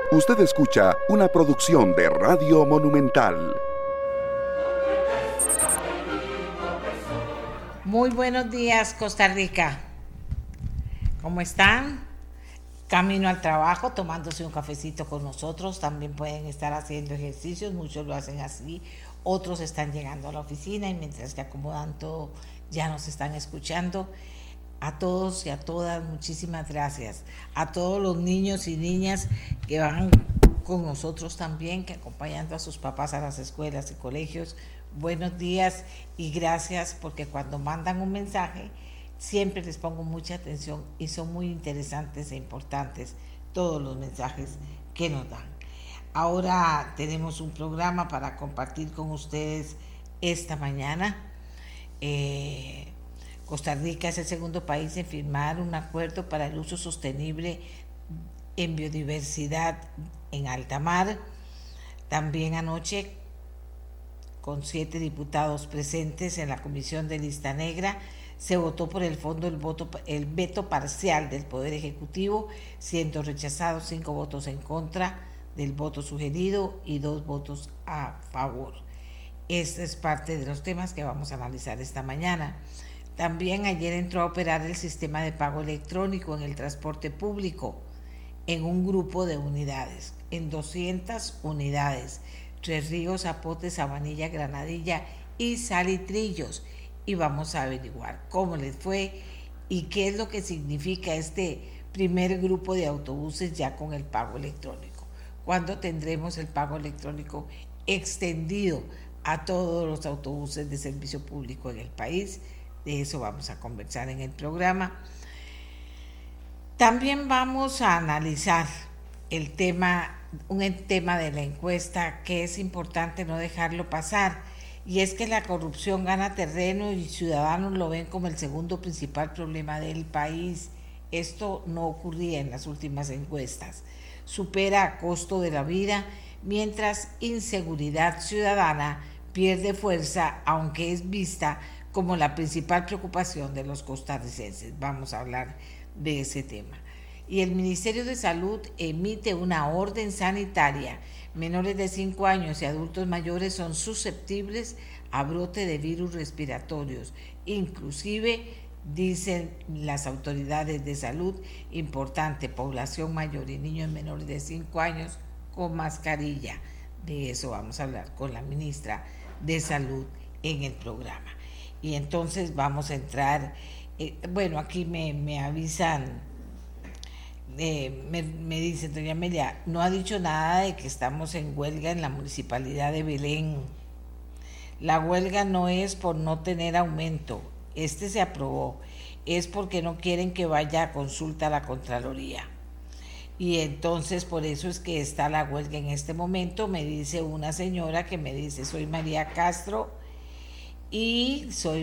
Usted escucha una producción de Radio Monumental. Muy buenos días, Costa Rica. ¿Cómo están? Camino al trabajo, tomándose un cafecito con nosotros. También pueden estar haciendo ejercicios, muchos lo hacen así. Otros están llegando a la oficina y mientras que acomodan todo, ya nos están escuchando. A todos y a todas, muchísimas gracias. A todos los niños y niñas que van con nosotros también, que acompañando a sus papás a las escuelas y colegios. Buenos días y gracias, porque cuando mandan un mensaje siempre les pongo mucha atención y son muy interesantes e importantes todos los mensajes que nos dan. Ahora tenemos un programa para compartir con ustedes esta mañana. Costa Rica es el segundo país en firmar un acuerdo para el uso sostenible en biodiversidad en alta mar. También anoche, con 7 diputados presentes en la Comisión de Lista Negra, se votó por el fondo el veto parcial del Poder Ejecutivo, siendo rechazados 5 votos en contra del voto sugerido y 2 votos a favor. Este es parte de los temas que vamos a analizar esta mañana. También ayer entró a operar el sistema de pago electrónico en el transporte público en un grupo de unidades, en 200 unidades, Tres Ríos, Zapote, Sabanilla, Granadilla y Salitrillos. Y vamos a averiguar cómo les fue y qué es lo que significa este primer grupo de autobuses ya con el pago electrónico. ¿Cuándo tendremos el pago electrónico extendido a todos los autobuses de servicio público en el país? De eso vamos a conversar en el programa. También vamos a analizar un tema de la encuesta que es importante no dejarlo pasar, y es que la corrupción gana terreno y ciudadanos lo ven como el segundo principal problema del país. Esto no ocurría en las últimas encuestas. Supera a costo de la vida, mientras inseguridad ciudadana pierde fuerza, aunque es vista como la principal preocupación de los costarricenses. Vamos a hablar de ese tema. Y el Ministerio de Salud emite una orden sanitaria. Menores de 5 años y adultos mayores son susceptibles a brote de virus respiratorios. Inclusive, dicen las autoridades de salud, importante población mayor y niños menores de 5 años con mascarilla. De eso vamos a hablar con la ministra de Salud en el programa. Y entonces vamos a entrar, aquí me avisan, me dice doña Amelia, no ha dicho nada de que estamos en huelga en la municipalidad de Belén. La huelga no es por no tener aumento, se aprobó, es porque no quieren que vaya a consulta a la Contraloría. Y entonces por eso es que está la huelga en este momento. Me dice una señora que me dice, soy María Castro y soy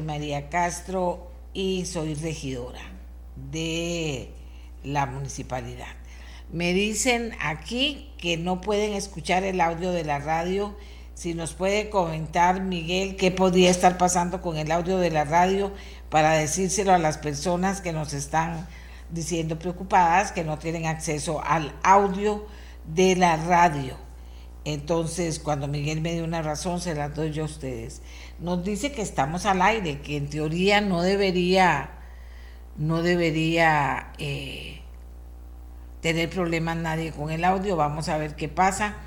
regidora de la municipalidad. Me dicen aquí que no pueden escuchar el audio de la radio. Si nos puede comentar, Miguel, qué podría estar pasando con el audio de la radio para decírselo a las personas que nos están diciendo preocupadas que no tienen acceso al audio de la radio. Entonces, cuando Miguel me dio una razón, se la doy yo a ustedes. Nos dice que estamos al aire, que en teoría no debería tener problemas nadie con el audio. Vamos a ver qué pasa.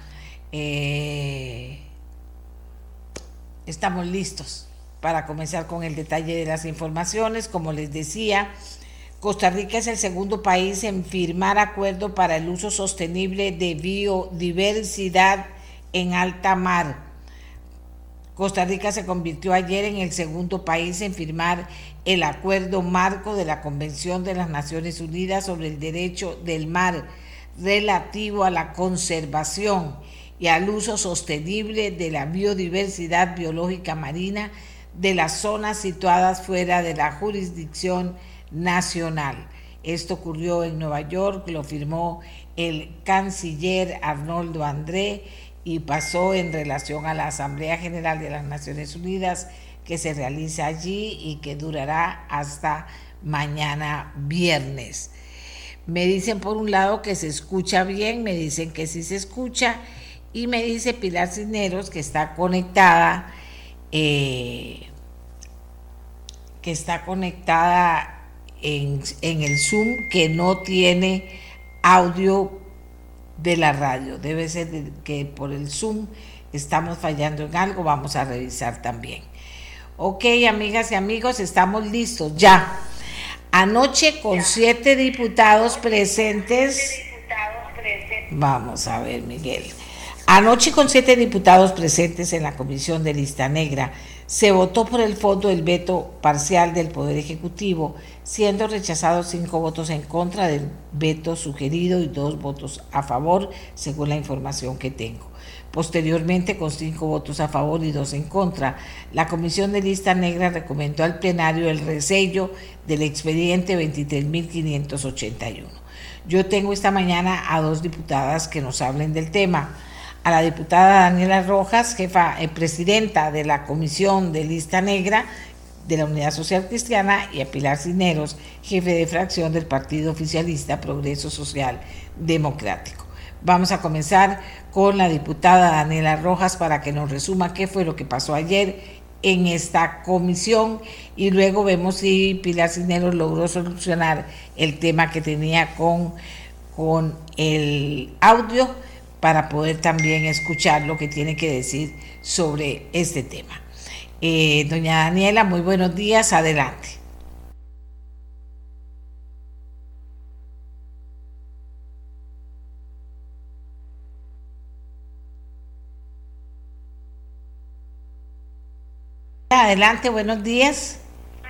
Estamos listos para comenzar con el detalle de las informaciones. Como les decía, Costa Rica es el segundo país en firmar acuerdo para el uso sostenible de biodiversidad en alta mar. Costa Rica se convirtió ayer en el segundo país en firmar el acuerdo marco de la Convención de las Naciones Unidas sobre el Derecho del Mar relativo a la conservación y al uso sostenible de la biodiversidad biológica marina de las zonas situadas fuera de la jurisdicción nacional. Esto ocurrió en Nueva York, lo firmó el canciller Arnoldo André y pasó en relación a la Asamblea General de las Naciones Unidas que se realiza allí y que durará hasta mañana viernes. Me dicen por un lado que se escucha bien, me dicen que sí se escucha, y me dice Pilar Cisneros que está conectada, en el Zoom, que no tiene audio de la radio. Debe ser que por el Zoom estamos fallando en algo, vamos a revisar también. Ok, amigas y amigos, estamos listos ya. Anoche con 7 diputados presentes. Vamos a ver, Miguel. Anoche con 7 diputados presentes en la Comisión de Lista Negra, se votó por el fondo del veto parcial del Poder Ejecutivo, siendo rechazados 5 votos en contra del veto sugerido y 2 votos a favor, según la información que tengo. Posteriormente, con 5 votos a favor y 2 en contra, la Comisión de Lista Negra recomendó al plenario el resello del expediente 23.581. Yo tengo esta mañana a 2 diputadas que nos hablen del tema. A la diputada Daniela Rojas, presidenta de la Comisión de Lista Negra de la Unidad Social Cristiana, y a Pilar Cisneros, jefe de fracción del Partido Oficialista Progreso Social Democrático. Vamos a comenzar con la diputada Daniela Rojas para que nos resuma qué fue lo que pasó ayer en esta comisión, y luego vemos si Pilar Cisneros logró solucionar el tema que tenía con el audio, para poder también escuchar lo que tiene que decir sobre este tema. Doña Daniela, muy buenos días, adelante. Adelante, buenos días.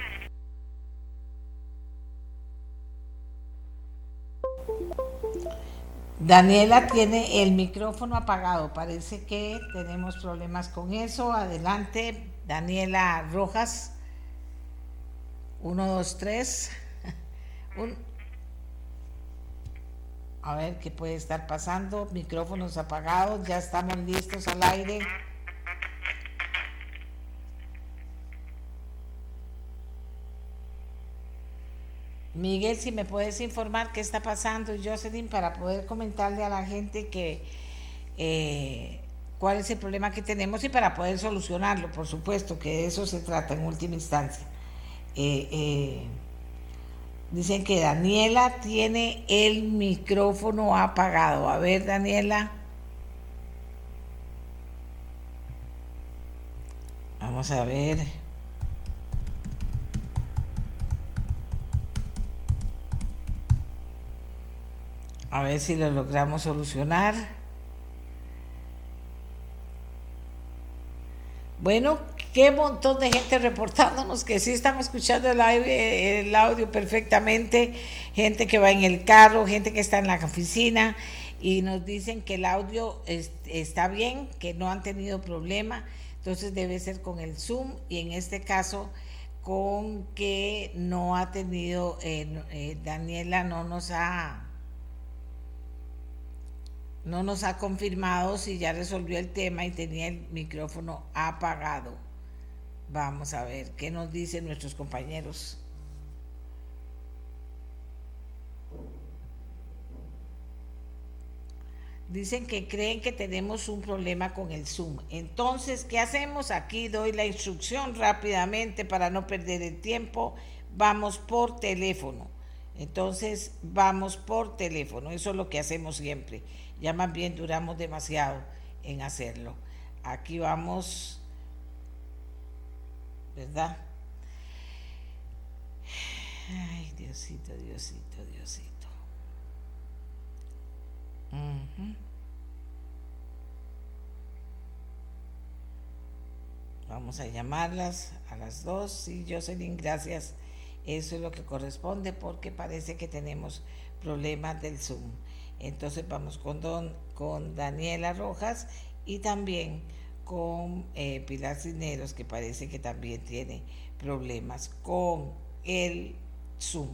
Daniela tiene el micrófono apagado, parece que tenemos problemas con eso. Adelante, Daniela Rojas. 1, 2, 3. A ver qué puede estar pasando. Micrófonos apagados, ya estamos listos al aire. Miguel, si me puedes informar qué está pasando, Jocelyn, para poder comentarle a la gente que cuál es el problema que tenemos y para poder solucionarlo, por supuesto, que de eso se trata en última instancia. Dicen que Daniela tiene el micrófono apagado. A ver, Daniela. Vamos a ver. A ver si lo logramos solucionar. Bueno, qué montón de gente reportándonos que sí están escuchando el audio perfectamente. Gente que va en el carro, gente que está en la oficina, y nos dicen que el audio está bien, que no han tenido problema. Entonces debe ser con el Zoom, y en este caso con que no ha tenido, Daniela no nos ha confirmado si ya resolvió el tema y tenía el micrófono apagado. Vamos a ver qué nos dicen nuestros compañeros. Dicen que creen que tenemos un problema con el Zoom. Entonces, ¿qué hacemos? Aquí doy la instrucción rápidamente para no perder el tiempo. Vamos por teléfono. Entonces, vamos por teléfono. Eso es lo que hacemos siempre. Ya más bien duramos demasiado en hacerlo. Aquí vamos, ¿verdad? Ay, Diosito, Diosito, Diosito. Vamos a llamarlas a las 2. Sí, Jocelyn, gracias. Eso es lo que corresponde, porque parece que tenemos problemas del Zoom. Entonces vamos con Daniela Rojas, y también con Pilar Cisneros, que parece que también tiene problemas con el Zoom.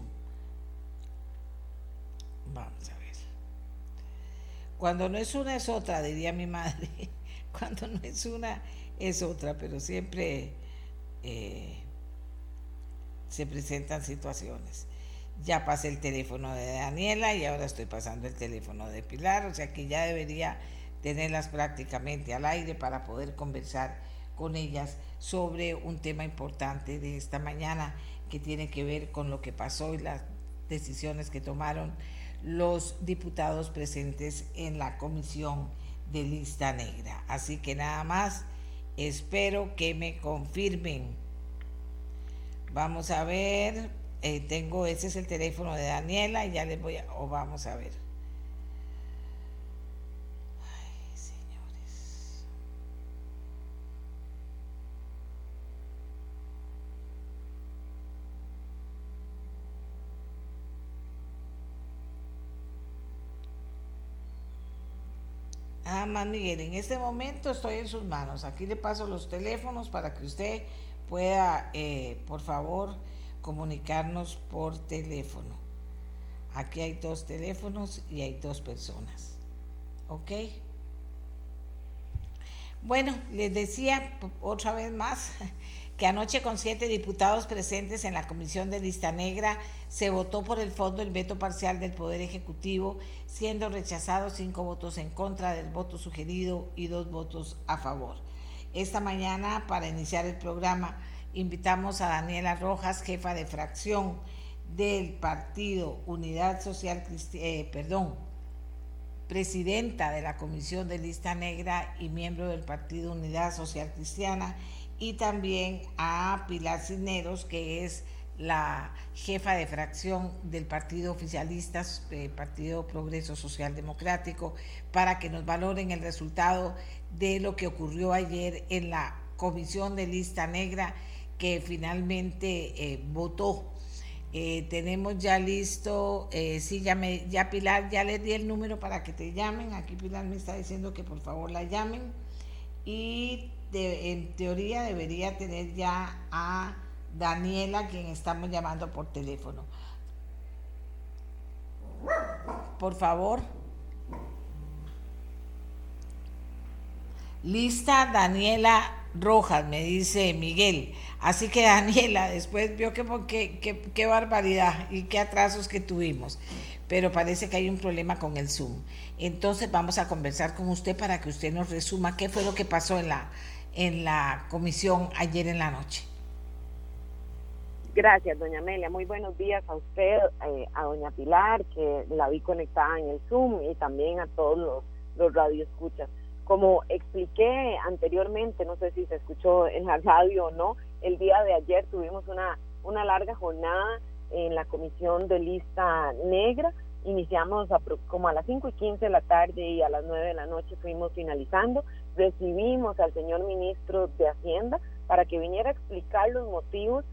Vamos a ver. Cuando no es una es otra, diría mi madre. Cuando no es una es otra, pero siempre se presentan situaciones. Ya pasé el teléfono de Daniela y ahora estoy pasando el teléfono de Pilar, o sea que ya debería tenerlas prácticamente al aire para poder conversar con ellas sobre un tema importante de esta mañana que tiene que ver con lo que pasó y las decisiones que tomaron los diputados presentes en la comisión de lista negra. Así que nada más, espero que me confirmen. Vamos a ver, ese es el teléfono de Daniela y ya les voy a, o vamos a ver. Ay, señores. Más Miguel, en este momento estoy en sus manos. Aquí le paso los teléfonos para que usted pueda, por favor, comunicarnos por teléfono. Aquí hay 2 teléfonos y hay 2 personas. ¿Ok? Bueno, les decía otra vez más que anoche con 7 diputados presentes en la Comisión de Lista Negra se votó por el fondo el veto parcial del Poder Ejecutivo, siendo rechazados 5 votos en contra del voto sugerido y 2 votos a favor. Esta mañana, para iniciar el programa, invitamos a Daniela Rojas, jefa de fracción del Partido Unidad Social Cristiana, presidenta de la Comisión de Lista Negra y miembro del Partido Unidad Social Cristiana, y también a Pilar Cisneros, que es la jefa de fracción del Partido Oficialista, Partido Progreso Social Democrático, para que nos valoren el resultado de lo que ocurrió ayer en la Comisión de Lista Negra, que finalmente votó. Tenemos ya listo, sí, ya Pilar, ya les di el número para que te llamen. Aquí Pilar me está diciendo que por favor la llamen. Y en teoría debería tener ya a Daniela, quien estamos llamando por teléfono. Por favor. Lista Daniela Rojas, me dice Miguel. Así que Daniela, después vio qué barbaridad y qué atrasos que tuvimos. Pero parece que hay un problema con el Zoom. Entonces vamos a conversar con usted para que usted nos resuma qué fue lo que pasó en la comisión ayer en la noche. Gracias, doña Amelia. Muy buenos días a usted, a doña Pilar, que la vi conectada en el Zoom, y también a todos los radioescuchas. Como expliqué anteriormente, no sé si se escuchó en la radio o no, el día de ayer tuvimos una larga jornada en la Comisión de Lista Negra. Iniciamos como a las 5:15 de la tarde y a las 9 de la noche fuimos finalizando. Recibimos al señor ministro de Hacienda para que viniera a explicar los motivos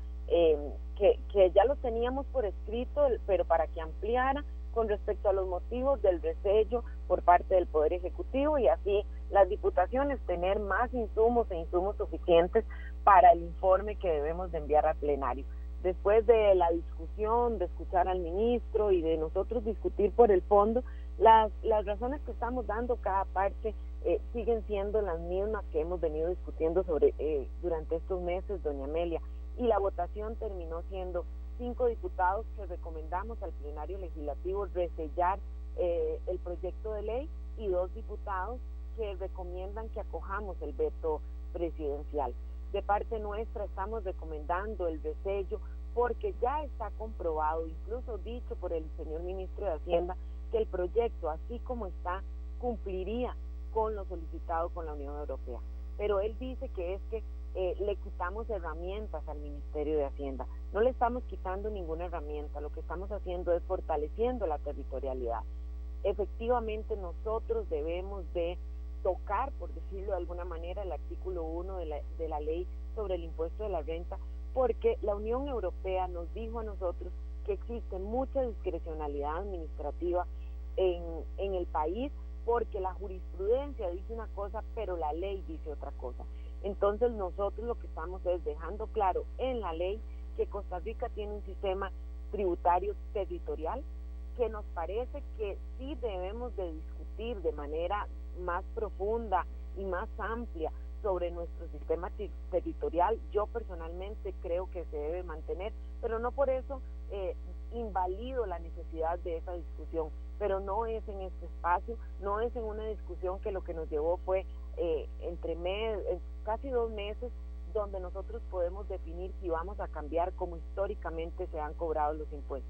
que ya los teníamos por escrito, pero para que ampliara con respecto a los motivos del resello por parte del Poder Ejecutivo, y así las diputaciones tener más insumos suficientes para el informe que debemos de enviar al plenario. Después de la discusión, de escuchar al ministro y de nosotros discutir por el fondo, las razones que estamos dando cada parte siguen siendo las mismas que hemos venido discutiendo durante estos meses, doña Amelia, y la votación terminó siendo 5 diputados que recomendamos al plenario legislativo resellar el proyecto de ley, y 2 diputados que recomiendan que acojamos el veto presidencial. De parte nuestra estamos recomendando el resello porque ya está comprobado, incluso dicho por el señor ministro de Hacienda, que el proyecto, así como está, cumpliría con lo solicitado con la Unión Europea. Pero él dice que es que le quitamos herramientas al Ministerio de Hacienda. No le estamos quitando ninguna herramienta, lo que estamos haciendo es fortaleciendo la territorialidad. Efectivamente, nosotros debemos de tocar, por decirlo de alguna manera, el artículo 1 de la ley sobre el impuesto de la renta, porque la Unión Europea nos dijo a nosotros que existe mucha discrecionalidad administrativa en el país, porque la jurisprudencia dice una cosa, pero la ley dice otra cosa. Entonces nosotros lo que estamos es dejando claro en la ley que Costa Rica tiene un sistema tributario territorial, que nos parece que sí debemos de discutir de manera más profunda y más amplia sobre nuestro sistema territorial. Yo personalmente creo que se debe mantener, pero no por eso invalido la necesidad de esa discusión, pero no es en este espacio, no es en una discusión que lo que nos llevó fue casi 2 meses, donde nosotros podemos definir si vamos a cambiar como históricamente se han cobrado los impuestos.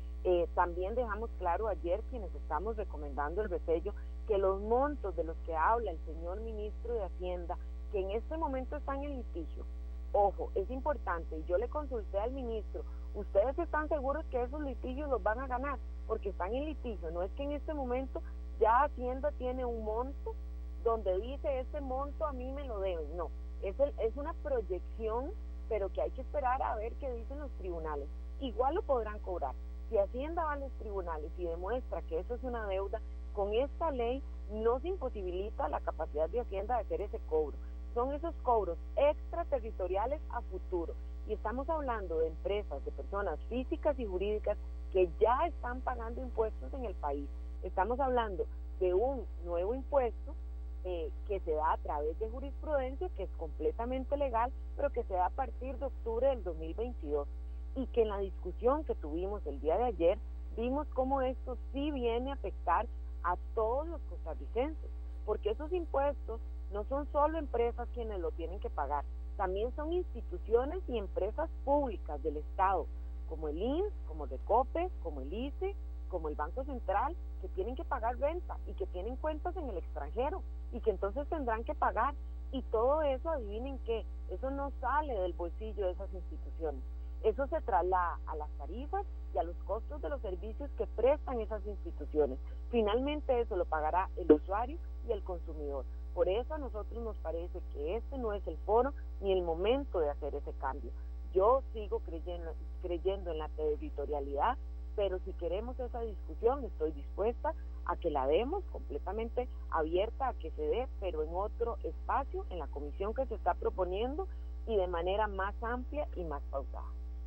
También dejamos claro ayer, quienes estamos recomendando el resello, que los montos de los que habla el señor ministro de Hacienda, que en este momento están en litigio, ojo, es importante, y yo le consulté al ministro, ¿ustedes están seguros que esos litigios los van a ganar? Porque están en litigio, no es que en este momento ya Hacienda tiene un monto donde dice, ese monto a mí me lo deben, no, es una proyección, pero que hay que esperar a ver qué dicen los tribunales. Igual lo podrán cobrar. Si Hacienda va a los tribunales y demuestra que eso es una deuda, con esta ley no se imposibilita la capacidad de Hacienda de hacer ese cobro. Son esos cobros extraterritoriales a futuro. Y estamos hablando de empresas, de personas físicas y jurídicas que ya están pagando impuestos en el país. Estamos hablando de un nuevo impuesto que se da a través de jurisprudencia, que es completamente legal, pero que se da a partir de octubre del 2022. Y que en la discusión que tuvimos el día de ayer, vimos cómo esto sí viene a afectar a todos los costarricenses, porque esos impuestos no son solo empresas quienes lo tienen que pagar, también son instituciones y empresas públicas del Estado, como el INS, como el Recope, como el ICE, como el Banco Central, que tienen que pagar renta y que tienen cuentas en el extranjero y que entonces tendrán que pagar. Y todo eso, adivinen qué, eso no sale del bolsillo de esas instituciones. Eso se traslada a las tarifas y a los costos de los servicios que prestan esas instituciones. Finalmente eso lo pagará el usuario y el consumidor. Por eso a nosotros nos parece que este no es el foro ni el momento de hacer ese cambio. Yo sigo creyendo en la territorialidad, pero si queremos esa discusión, estoy dispuesta a que la demos, completamente abierta a que se dé, pero en otro espacio, en la comisión que se está proponiendo y de manera más amplia y más pausada.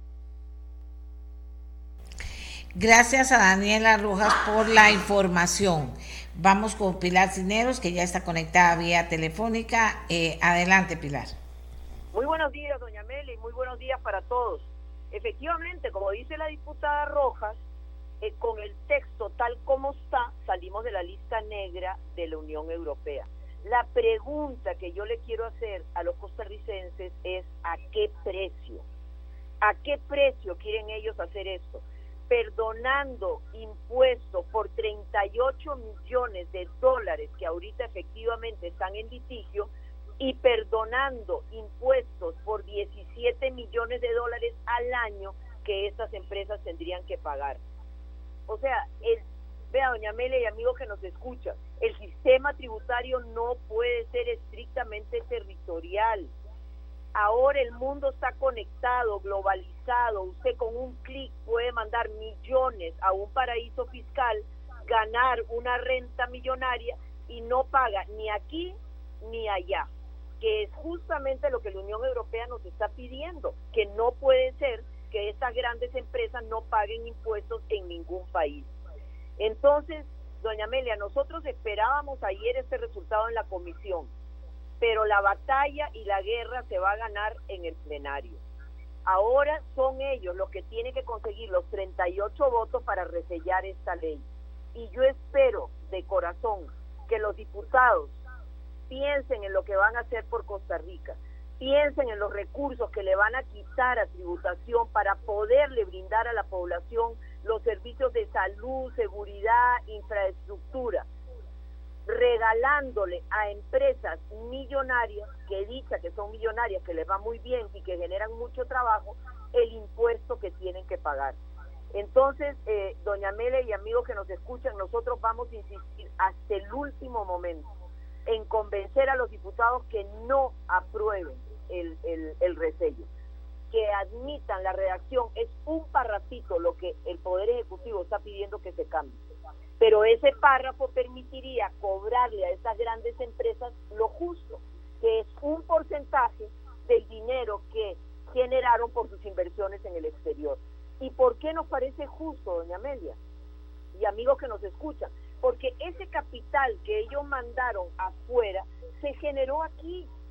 Gracias a Daniela Rojas por la información. Vamos con Pilar Cisneros, que ya está conectada vía telefónica. Adelante, Pilar. Muy buenos días, doña Meli, muy buenos días para todos. Efectivamente, como dice la diputada Rojas, con el texto tal como está, salimos de la lista negra de la Unión Europea. La pregunta que yo le quiero hacer a los costarricenses es ¿a qué precio? ¿A qué precio quieren ellos hacer esto? Perdonando impuestos por 38 millones de dólares que ahorita efectivamente están en litigio y perdonando impuestos por 17 millones de dólares al año que estas empresas tendrían que pagar. O sea, vea, doña Amelia y amigos que nos escuchan, el sistema tributario no puede ser estrictamente territorial. Ahora el mundo está conectado, globalizado, usted con un clic puede mandar millones a un paraíso fiscal, ganar una renta millonaria y no paga ni aquí ni allá, que es justamente lo que la Unión Europea nos está pidiendo, que no puede ser que estas grandes empresas no paguen impuestos en ningún país. Entonces, doña Amelia, nosotros esperábamos ayer este resultado en la comisión, pero la batalla y la guerra se va a ganar en el plenario. Ahora son ellos los que tienen que conseguir los 38 votos para resellar esta ley. Y yo espero de corazón que los diputados piensen en lo que van a hacer por Costa Rica, piensen en los recursos que le van a quitar a tributación para poderle brindar a la población los servicios de salud, seguridad, infraestructura, regalándole a empresas millonarias, que dicha que son millonarias, que les va muy bien y que generan mucho trabajo, el impuesto que tienen que pagar. Entonces, doña Mele y amigos que nos escuchan, nosotros vamos a insistir hasta el último momento en convencer a los diputados que no aprueben el resello, que admitan la redacción. Es un parrafito lo que el Poder Ejecutivo está pidiendo que se cambie, pero ese párrafo permitiría cobrarle a estas grandes empresas lo justo, que es un porcentaje del dinero que generaron por sus inversiones en el exterior. ¿Y por qué nos parece justo, doña Amelia y amigos que nos escuchan? Porque ese capital que ellos mandaron afuera se generó aquí.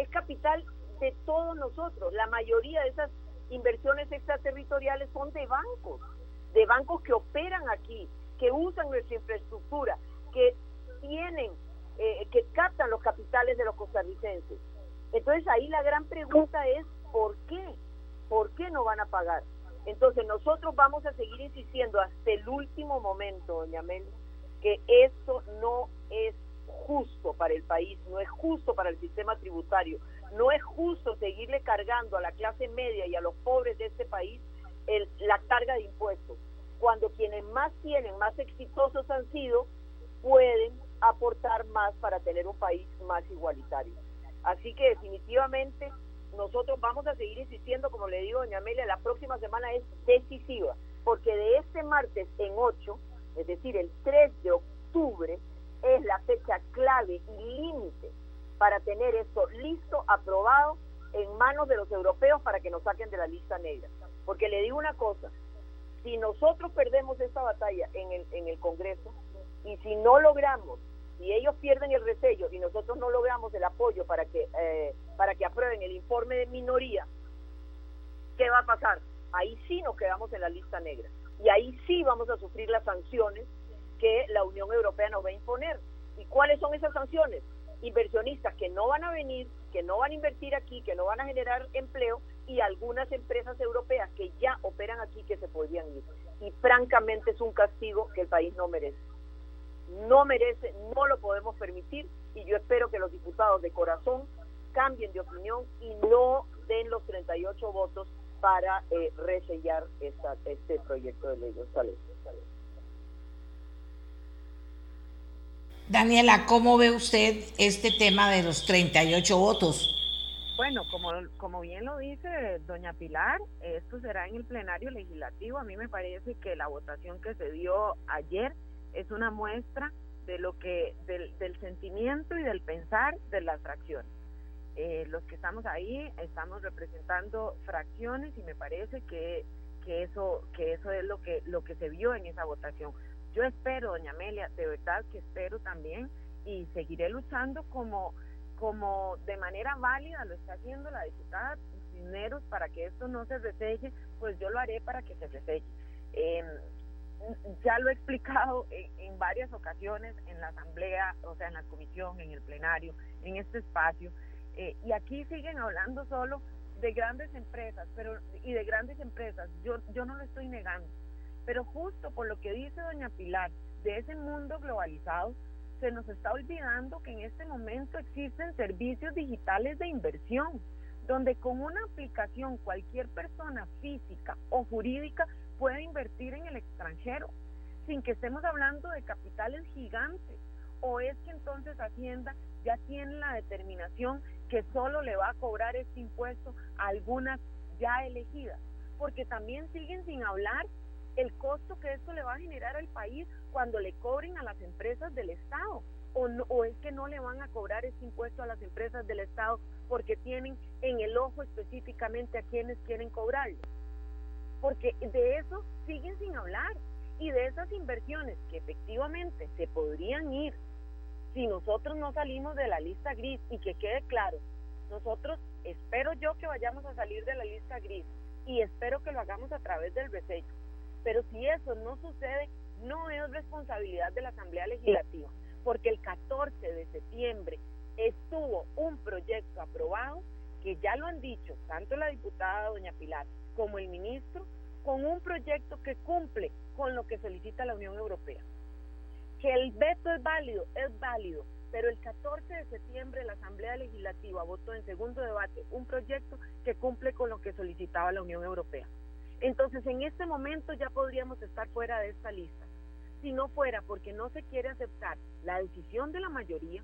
capital de todos nosotros. La mayoría de esas inversiones extraterritoriales son de bancos que operan aquí, que usan nuestra infraestructura, que tienen, que captan los capitales de los costarricenses. Entonces ahí la gran pregunta es ¿por qué? ¿Por qué no van a pagar? Entonces nosotros vamos a seguir insistiendo hasta el último momento, doña Mel, que esto no es justo para el país, no es justo para el sistema tributario, no es justo seguirle cargando a la clase media y a los pobres de este país la carga de impuestos, cuando quienes más tienen, más exitosos han sido, pueden aportar más para tener un país más igualitario. Así que definitivamente nosotros vamos a seguir insistiendo, como le digo, doña Amelia, la próxima semana es decisiva, porque de este martes en 8, es decir, el 3 de octubre, es la fecha clave y límite para tener esto listo, aprobado, en manos de los europeos para que nos saquen de la lista negra. Porque le digo una cosa, si nosotros perdemos esta batalla en el Congreso, y si no logramos, si ellos pierden el resello y nosotros no logramos el apoyo para que aprueben el informe de minoría, ¿qué va a pasar? Ahí sí nos quedamos en la lista negra y ahí sí vamos a sufrir las sanciones que la Unión Europea nos va a imponer. ¿Y cuáles son esas sanciones? Inversionistas que no van a venir, que no van a invertir aquí, que no van a generar empleo, y algunas empresas europeas que ya operan aquí que se podrían ir. Y francamente es un castigo que el país no merece. No merece, no lo podemos permitir, y yo espero que los diputados de corazón cambien de opinión y no den los 38 votos para resellar este proyecto de ley. Daniela, ¿cómo ve usted este tema de los 38 votos? Bueno, como bien lo dice doña Pilar, esto será en el plenario legislativo. A mí me parece que la votación que se dio ayer es una muestra de lo que del sentimiento y del pensar de las fracciones. Los que estamos ahí estamos representando fracciones y me parece que eso es lo que se vio en esa votación. Yo espero, doña Amelia, de verdad que espero también, y seguiré luchando como de manera válida lo está haciendo la diputada Cisneros para que esto no se reselle, pues yo lo haré para que se reselle. Ya lo he explicado en varias ocasiones en la asamblea, o sea, en la comisión, en el plenario, en este espacio, y aquí siguen hablando solo de grandes empresas, y de grandes empresas, yo no lo estoy negando, pero justo por lo que dice doña Pilar, de ese mundo globalizado, se nos está olvidando que en este momento existen servicios digitales de inversión, donde con una aplicación cualquier persona física o jurídica puede invertir en el extranjero, sin que estemos hablando de capitales gigantes. ¿O es que entonces Hacienda ya tiene la determinación que solo le va a cobrar este impuesto a algunas ya elegidas? Porque también siguen sin hablar el costo que esto le va a generar al país cuando le cobren a las empresas del Estado, o es que no le van a cobrar este impuesto a las empresas del Estado porque tienen en el ojo específicamente a quienes quieren cobrarlo, porque de eso siguen sin hablar, y de esas inversiones que efectivamente se podrían ir si nosotros no salimos de la lista gris. Y que quede claro, nosotros espero yo que vayamos a salir de la lista gris, y espero que lo hagamos a través del resello. Pero si eso no sucede, no es responsabilidad de la Asamblea Legislativa, porque el 14 de septiembre estuvo un proyecto aprobado, que ya lo han dicho tanto la diputada doña Pilar como el ministro, con un proyecto que cumple con lo que solicita la Unión Europea. Que el veto es válido, pero el 14 de septiembre la Asamblea Legislativa votó en segundo debate un proyecto que cumple con lo que solicitaba la Unión Europea. Entonces, en este momento ya podríamos estar fuera de esta lista, si no fuera porque no se quiere aceptar la decisión de la mayoría,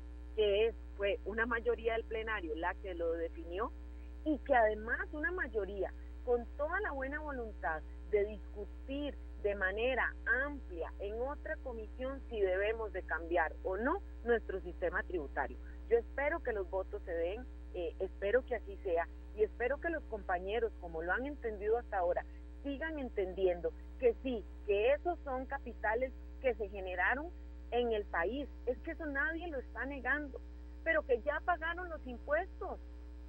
que fue una mayoría del plenario la que lo definió, y que además una mayoría con toda la buena voluntad de discutir de manera amplia en otra comisión si debemos de cambiar o no nuestro sistema tributario. Yo espero que los votos se den, espero que así sea, y espero que los compañeros, como lo han entendido hasta ahora, sigan entendiendo que sí, que esos son capitales que se generaron en el país. Es que eso nadie lo está negando, pero que ya pagaron los impuestos.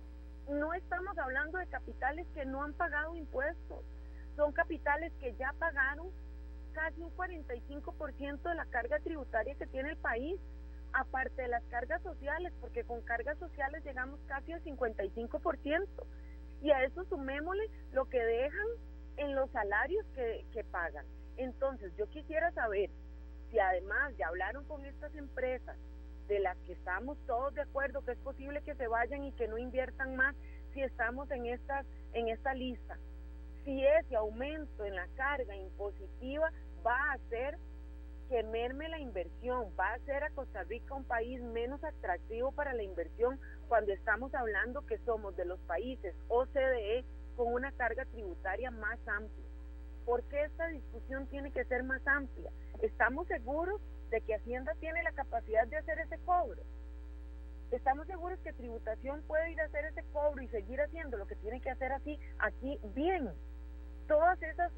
No estamos hablando de capitales que no han pagado impuestos, son capitales que ya pagaron casi un 45% de la carga tributaria que tiene el país, aparte de las cargas sociales, porque con cargas sociales llegamos casi al 55%, y a eso sumémosle lo que dejan en los salarios que pagan. Entonces yo quisiera saber si además ya hablaron con estas empresas de las que estamos todos de acuerdo que es posible que se vayan y que no inviertan más, si estamos en esta lista, si ese aumento en la carga impositiva va a hacer que merme la inversión, va a hacer a Costa Rica un país menos atractivo para la inversión, cuando estamos hablando que somos de los países OCDE con una carga tributaria más amplia. ¿Por qué esta discusión tiene que ser más amplia? ¿Estamos seguros de que Hacienda tiene la capacidad de hacer ese cobro? ¿Estamos seguros que Tributación puede ir a hacer ese cobro y seguir haciendo lo que tiene que hacer así aquí bien? Todas esas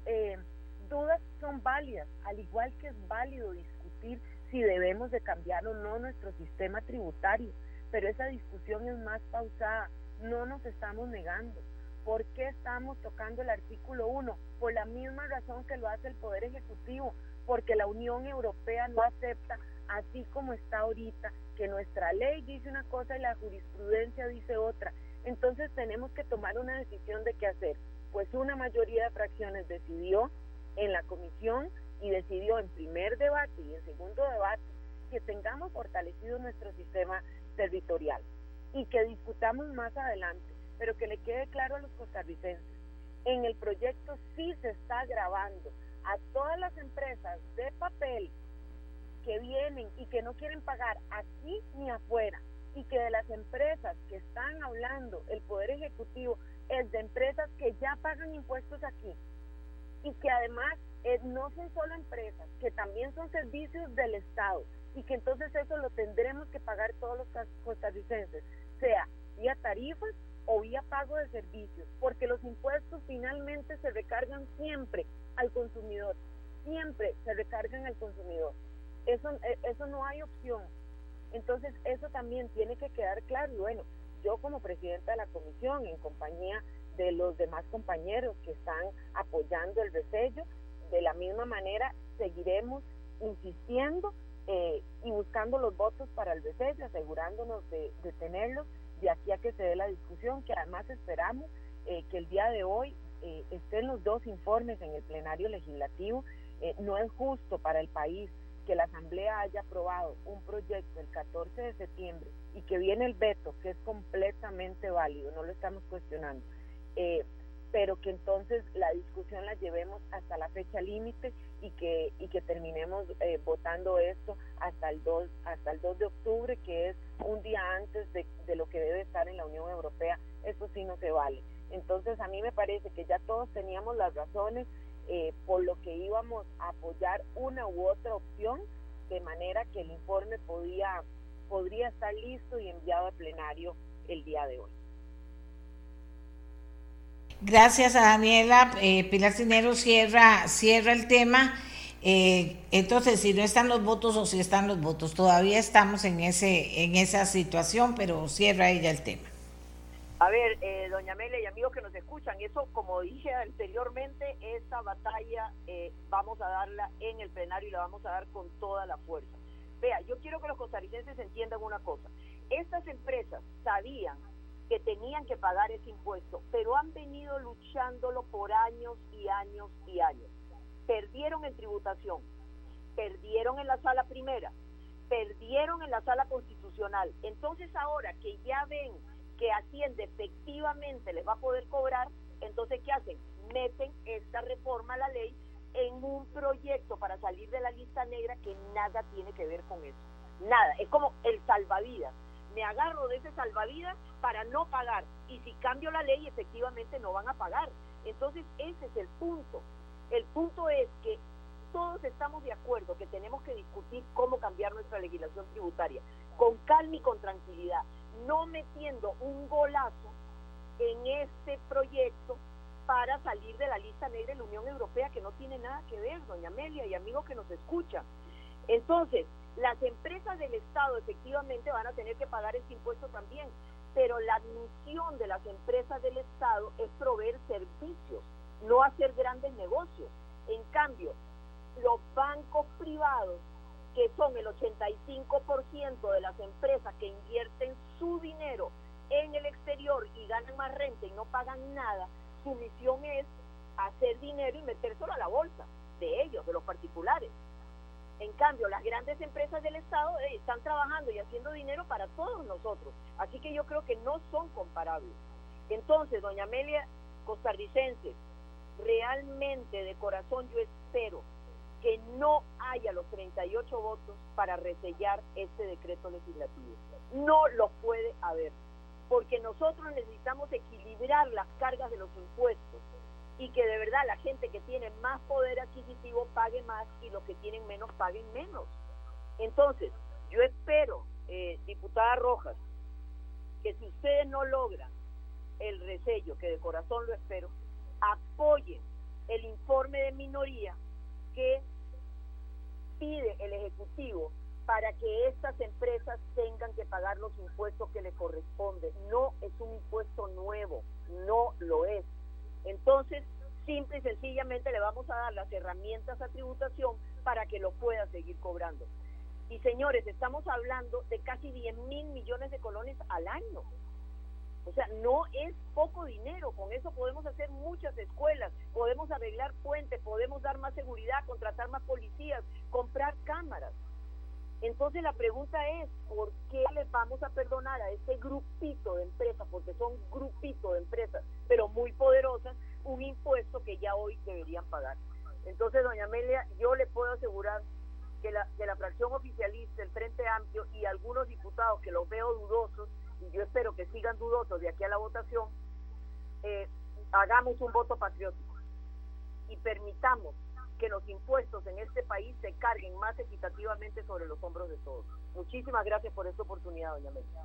dudas son válidas, al igual que es válido discutir si debemos de cambiar o no nuestro sistema tributario, pero esa discusión es más pausada, no nos estamos negando. ¿Por qué estamos tocando el artículo 1? Por la misma razón que lo hace el Poder Ejecutivo, porque la Unión Europea no acepta, así como está ahorita, que nuestra ley dice una cosa y la jurisprudencia dice otra. Entonces tenemos que tomar una decisión de qué hacer. Pues una mayoría de fracciones decidió en la comisión y decidió en primer debate y en segundo debate que tengamos fortalecido nuestro sistema territorial y que discutamos más adelante, pero que le quede claro a los costarricenses, en el proyecto sí se está grabando a todas las empresas de papel que vienen y que no quieren pagar aquí ni afuera, y que de las empresas que están hablando el Poder Ejecutivo es de empresas que ya pagan impuestos aquí, y que además no son solo empresas, que también son servicios del Estado, y que entonces eso lo tendremos que pagar todos los costarricenses, sea vía tarifas o vía pago de servicios, porque los impuestos finalmente se recargan siempre al consumidor, siempre se recargan al consumidor. Eso no hay opción. Entonces eso también tiene que quedar claro. Y bueno, yo como presidenta de la comisión, en compañía de los demás compañeros que están apoyando el resello, de la misma manera seguiremos insistiendo y buscando los votos para el resello, asegurándonos de tenerlos de aquí a que se dé la discusión, que además esperamos que el día de hoy estén los dos informes en el plenario legislativo. No es justo para el país que la Asamblea haya aprobado un proyecto el 14 de septiembre y que viene el veto, que es completamente válido, no lo estamos cuestionando, pero que entonces la discusión la llevemos hasta la fecha límite y que terminemos votando esto hasta el 2 de octubre, que es un día antes de lo que debe estar en la Unión Europea. Eso sí no se vale. Entonces a mí me parece que ya todos teníamos las razones por lo que íbamos a apoyar una u otra opción, de manera que el informe podría estar listo y enviado al plenario el día de hoy. Gracias a Daniela. Pilar Cisneros cierra el tema. Entonces, si no están los votos o si están los votos, todavía estamos en esa situación, pero cierra ella el tema. A ver, doña Amelia y amigos que nos escuchan, eso, como dije anteriormente, esa batalla vamos a darla en el plenario y la vamos a dar con toda la fuerza. Vea, yo quiero que los costarricenses entiendan una cosa. Estas empresas sabían que tenían que pagar ese impuesto, pero han venido luchándolo por años y años y años. Perdieron en tributación, perdieron en la sala primera, perdieron en la sala constitucional. Entonces ahora que ya ven que Hacienda efectivamente les va a poder cobrar, entonces ¿qué hacen? Meten esta reforma a la ley en un proyecto para salir de la lista negra que nada tiene que ver con eso. Nada, es como el salvavidas. Me agarro de ese salvavidas para no pagar, y si cambio la ley efectivamente no van a pagar. Entonces ese es el punto. El punto es que todos estamos de acuerdo que tenemos que discutir cómo cambiar nuestra legislación tributaria, con calma y con tranquilidad, no metiendo un golazo en este proyecto para salir de la lista negra de la Unión Europea, que no tiene nada que ver, doña Amelia y amigos que nos escuchan. Entonces, Las empresas del Estado efectivamente van a tener que pagar ese impuesto también, pero la misión de las empresas del Estado es proveer servicios, no hacer grandes negocios. En cambio, los bancos privados, que son el 85% de las empresas que invierten su dinero en el exterior y ganan más renta y no pagan nada, su misión es hacer dinero y metérselo a la bolsa de ellos, de los particulares. En cambio, las grandes empresas del Estado están trabajando y haciendo dinero para todos nosotros. Así que yo creo que no son comparables. Entonces, doña Amelia, costarricenses, realmente de corazón yo espero que no haya los 38 votos para resellar este decreto legislativo. No los puede haber, porque nosotros necesitamos equilibrar las cargas de los impuestos y que de verdad la gente que tiene más poder adquisitivo pague más y los que tienen menos paguen menos. Entonces, yo espero, diputada Rojas, que si ustedes no logran el resello, que de corazón lo espero, apoyen el informe de minoría que pide el Ejecutivo para que estas empresas tengan que pagar los impuestos que les corresponden. No es un impuesto nuevo, no lo es. Entonces, simple y sencillamente le vamos a dar las herramientas a tributación para que lo pueda seguir cobrando. Y señores, estamos hablando de casi 10.000 millones de colones al año. O sea, no es poco dinero, con eso podemos hacer muchas escuelas, podemos arreglar puentes, podemos dar más seguridad, contratar más policías, comprar cámaras. Entonces la pregunta es, ¿por qué les vamos a perdonar a este grupito de empresas, porque son grupito de empresas, pero muy poderosas, un impuesto que ya hoy deberían pagar? Entonces, doña Amelia, yo le puedo asegurar que la fracción oficialista, el Frente Amplio y algunos diputados que los veo dudosos, y yo espero que sigan dudosos de aquí a la votación, hagamos un voto patriótico y permitamos que los impuestos en este país se carguen más equitativamente sobre los hombros de todos. Muchísimas gracias por esta oportunidad, doña Amelia.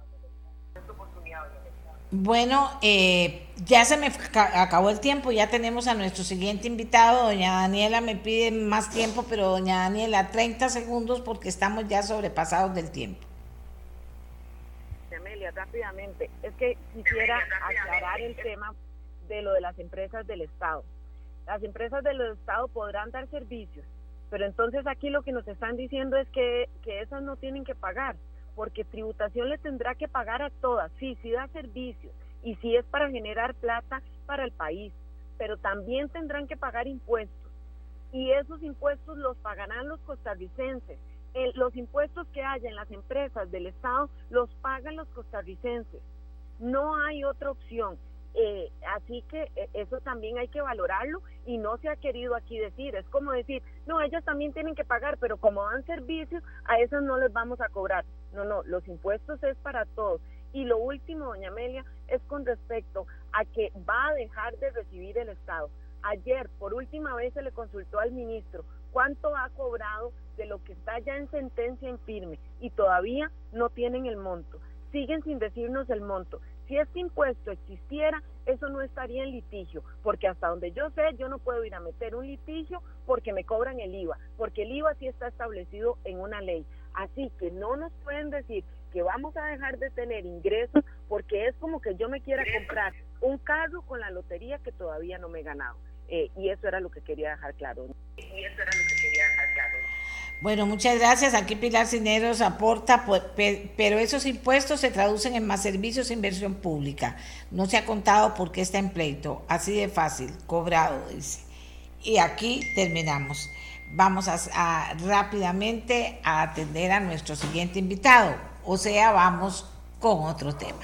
Bueno, ya se me acabó el tiempo, ya tenemos a nuestro siguiente invitado. Doña Daniela me pide más tiempo, pero doña Daniela, 30 segundos porque estamos ya sobrepasados del tiempo. Amelia, rápidamente, es que quisiera aclarar el tema de lo de las empresas del Estado. Las empresas del Estado podrán dar servicios, pero entonces aquí lo que nos están diciendo es que esas no tienen que pagar, porque tributación le tendrá que pagar a todas. Sí da servicios y sí es para generar plata para el país, pero también tendrán que pagar impuestos, y esos impuestos los pagarán los costarricenses. Los impuestos que haya en las empresas del Estado los pagan los costarricenses, no hay otra opción. Así que eso también hay que valorarlo, y no se ha querido aquí decir, es como decir, no, ellas también tienen que pagar, pero como dan servicios, a esas no les vamos a cobrar. No, los impuestos es para todos. Y lo último, doña Amelia, es con respecto a que va a dejar de recibir el Estado. Ayer, por última vez, se le consultó al ministro cuánto ha cobrado de lo que está ya en sentencia en firme, y todavía no tienen el monto, siguen sin decirnos el monto. Si este impuesto existiera, eso no estaría en litigio, porque hasta donde yo sé, yo no puedo ir a meter un litigio porque me cobran el IVA, porque el IVA sí está establecido en una ley. Así que no nos pueden decir que vamos a dejar de tener ingresos, porque es como que yo me quiera comprar un carro con la lotería que todavía no me he ganado. Y eso era lo que quería dejar claro. Bueno, muchas gracias. Aquí Pilar Cisneros aporta, pero esos impuestos se traducen en más servicios e inversión pública. No se ha contado por qué está en pleito. Así de fácil, cobrado, dice. Y aquí terminamos. Vamos a rápidamente a atender a nuestro siguiente invitado. O sea, vamos con otro tema.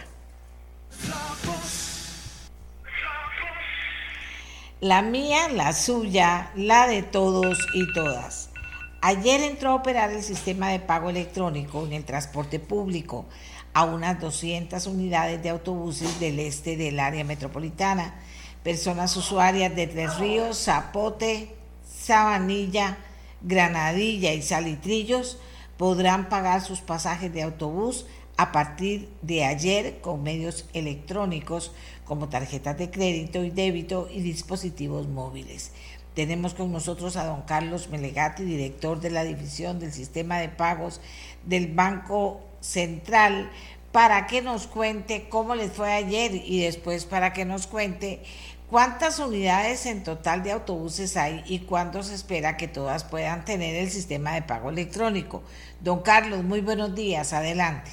La mía, la suya, la de todos y todas. Ayer entró a operar el sistema de pago electrónico en el transporte público a unas 200 unidades de autobuses del este del área metropolitana. Personas usuarias de Tres Ríos, Zapote, Sabanilla, Granadilla y Salitrillos podrán pagar sus pasajes de autobús a partir de ayer con medios electrónicos como tarjetas de crédito y débito y dispositivos móviles. Tenemos con nosotros a don Carlos Melegatti, director de la División del Sistema de Pagos del Banco Central, para que nos cuente cómo les fue ayer y después para que nos cuente cuántas unidades en total de autobuses hay y cuándo se espera que todas puedan tener el sistema de pago electrónico. Don Carlos, muy buenos días, adelante.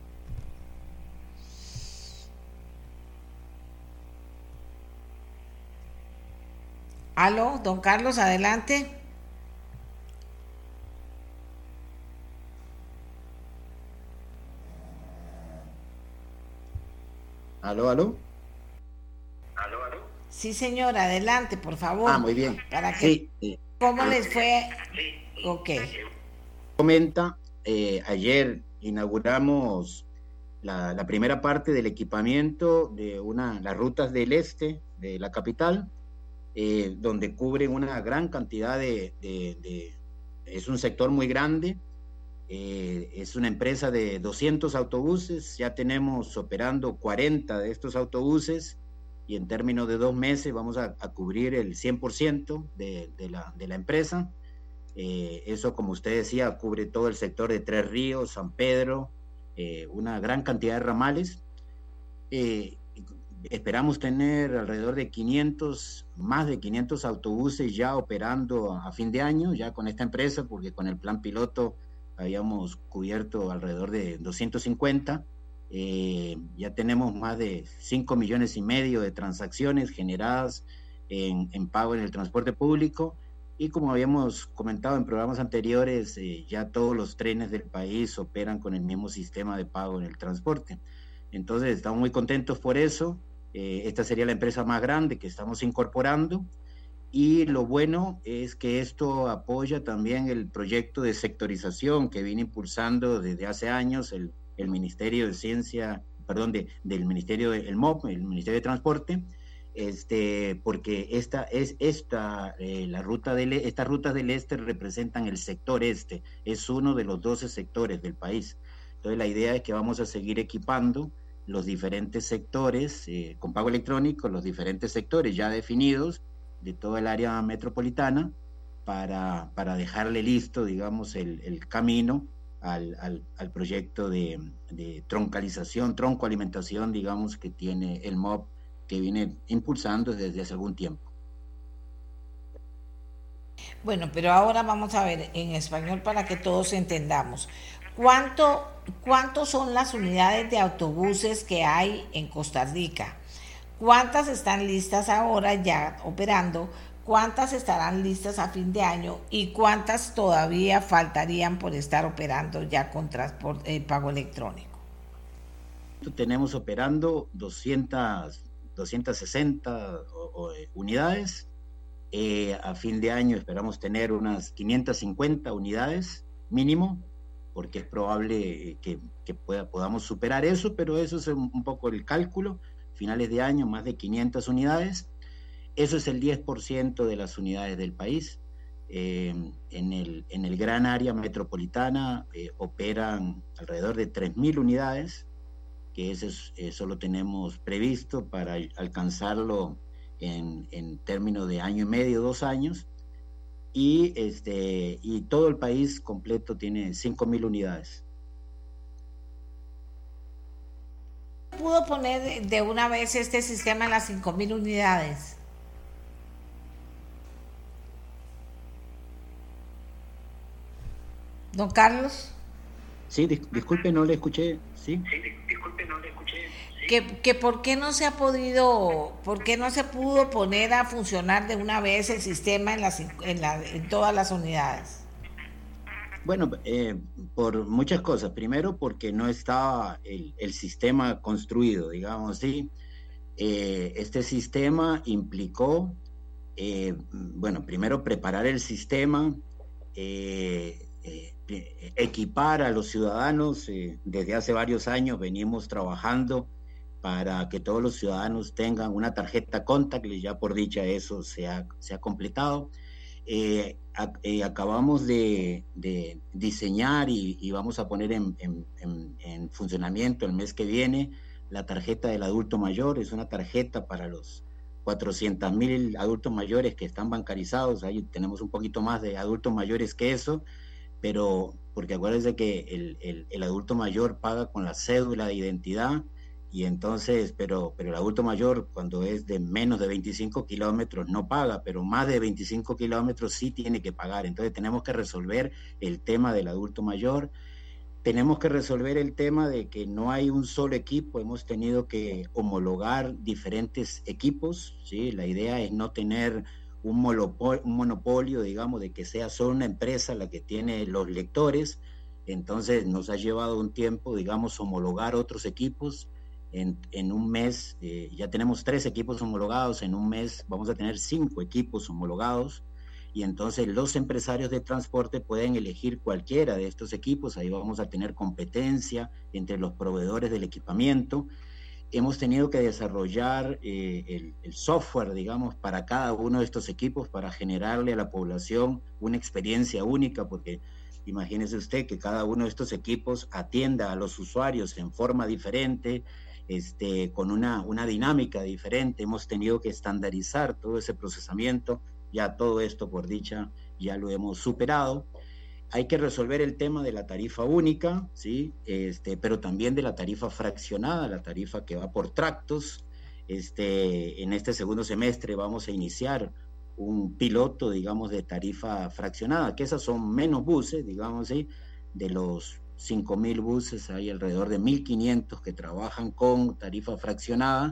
Aló, don Carlos, adelante. Aló, aló. Sí, señor, adelante, por favor. Muy bien. Para que, sí. ¿Cómo les fue? Ok. Comenta, ayer inauguramos la primera parte del equipamiento de las rutas del este de la capital, donde cubren una gran cantidad es un sector muy grande, es una empresa de 200 autobuses, ya tenemos operando 40 de estos autobuses, y en términos de 2 meses vamos a cubrir el 100% de la empresa. Eso, como usted decía, cubre todo el sector de Tres Ríos, San Pedro, una gran cantidad de ramales. Esperamos tener alrededor de más de 500 autobuses ya operando a fin de año, ya con esta empresa, porque con el plan piloto habíamos cubierto alrededor de 250. Ya tenemos más de 5,5 millones de transacciones generadas en pago en el transporte público, y como habíamos comentado en programas anteriores, ya todos los trenes del país operan con el mismo sistema de pago en el transporte. Entonces estamos muy contentos por eso. Esta sería la empresa más grande que estamos incorporando, y lo bueno es que esto apoya también el proyecto de sectorización que viene impulsando desde hace años el Ministerio de Ciencia, del Ministerio del MOP, el Ministerio de Transporte, porque estas rutas del este representan el sector este, es uno de los 12 sectores del país. Entonces la idea es que vamos a seguir equipando los diferentes sectores con pago electrónico, los diferentes sectores ya definidos de toda el área metropolitana, para dejarle listo, digamos, el camino al proyecto de troncoalimentación, digamos, que tiene el MOP, que viene impulsando desde hace algún tiempo. Bueno, pero ahora vamos a ver en español para que todos entendamos. ¿Cuánto son las unidades de autobuses que hay en Costa Rica? ¿Cuántas están listas ahora ya operando? ¿Cuántas estarán listas a fin de año? ¿Y cuántas todavía faltarían por estar operando ya con pago electrónico? Tenemos operando 260 unidades. A fin de año esperamos tener unas 550 unidades mínimo, porque es probable que podamos superar eso, pero eso es un poco el cálculo. Finales de año, más de 500 unidades. Eso es el 10% de las unidades del país. En el gran área metropolitana operan alrededor de 3,000 unidades, que eso lo tenemos previsto para alcanzarlo en términos de año y medio, 2 años. Y todo el país completo tiene 5,000 unidades. ¿Pudo poner de una vez este sistema en las 5,000 unidades? Don Carlos. Sí, disculpe, no le escuché. Sí, disculpe, no le escuché. Sí. Que por qué no se pudo poner a funcionar de una vez el sistema en todas las unidades. Bueno, por muchas cosas. Primero, porque no estaba el sistema construido, digamos así. Este sistema implicó, primero preparar el sistema, equipar a los ciudadanos. Desde hace varios años venimos trabajando para que todos los ciudadanos tengan una tarjeta contactless. Ya por dicha eso se ha completado. Acabamos de diseñar y vamos a poner en funcionamiento el mes que viene la tarjeta del adulto mayor. Es una tarjeta para los 400.000 adultos mayores que están bancarizados, ahí tenemos un poquito más de adultos mayores que eso, pero porque acuérdense que el adulto mayor paga con la cédula de identidad, y entonces, pero el adulto mayor cuando es de menos de 25 kilómetros no paga, pero más de 25 kilómetros sí tiene que pagar. Entonces tenemos que resolver el tema del adulto mayor. Tenemos que resolver el tema de que no hay un solo equipo, hemos tenido que homologar diferentes equipos, ¿sí? La idea es no tener un monopolio, digamos, de que sea solo una empresa la que tiene los lectores. Entonces nos ha llevado un tiempo, digamos, homologar otros equipos. En un mes ya tenemos 3 equipos homologados, en un mes vamos a tener 5 equipos homologados, y entonces los empresarios de transporte pueden elegir cualquiera de estos equipos. Ahí vamos a tener competencia entre los proveedores del equipamiento. Hemos tenido que desarrollar el software, digamos, para cada uno de estos equipos para generarle a la población una experiencia única, porque imagínese usted que cada uno de estos equipos atienda a los usuarios en forma diferente, con una dinámica diferente. Hemos tenido que estandarizar todo ese procesamiento. Ya todo esto, por dicha, ya lo hemos superado. Hay que resolver el tema de la tarifa única, ¿sí? Pero también de la tarifa fraccionada, la tarifa que va por tractos. En este segundo semestre vamos a iniciar un piloto, digamos, de tarifa fraccionada, que esas son menos buses, digamos, ¿sí? De los 5.000 buses hay alrededor de 1.500 que trabajan con tarifa fraccionada.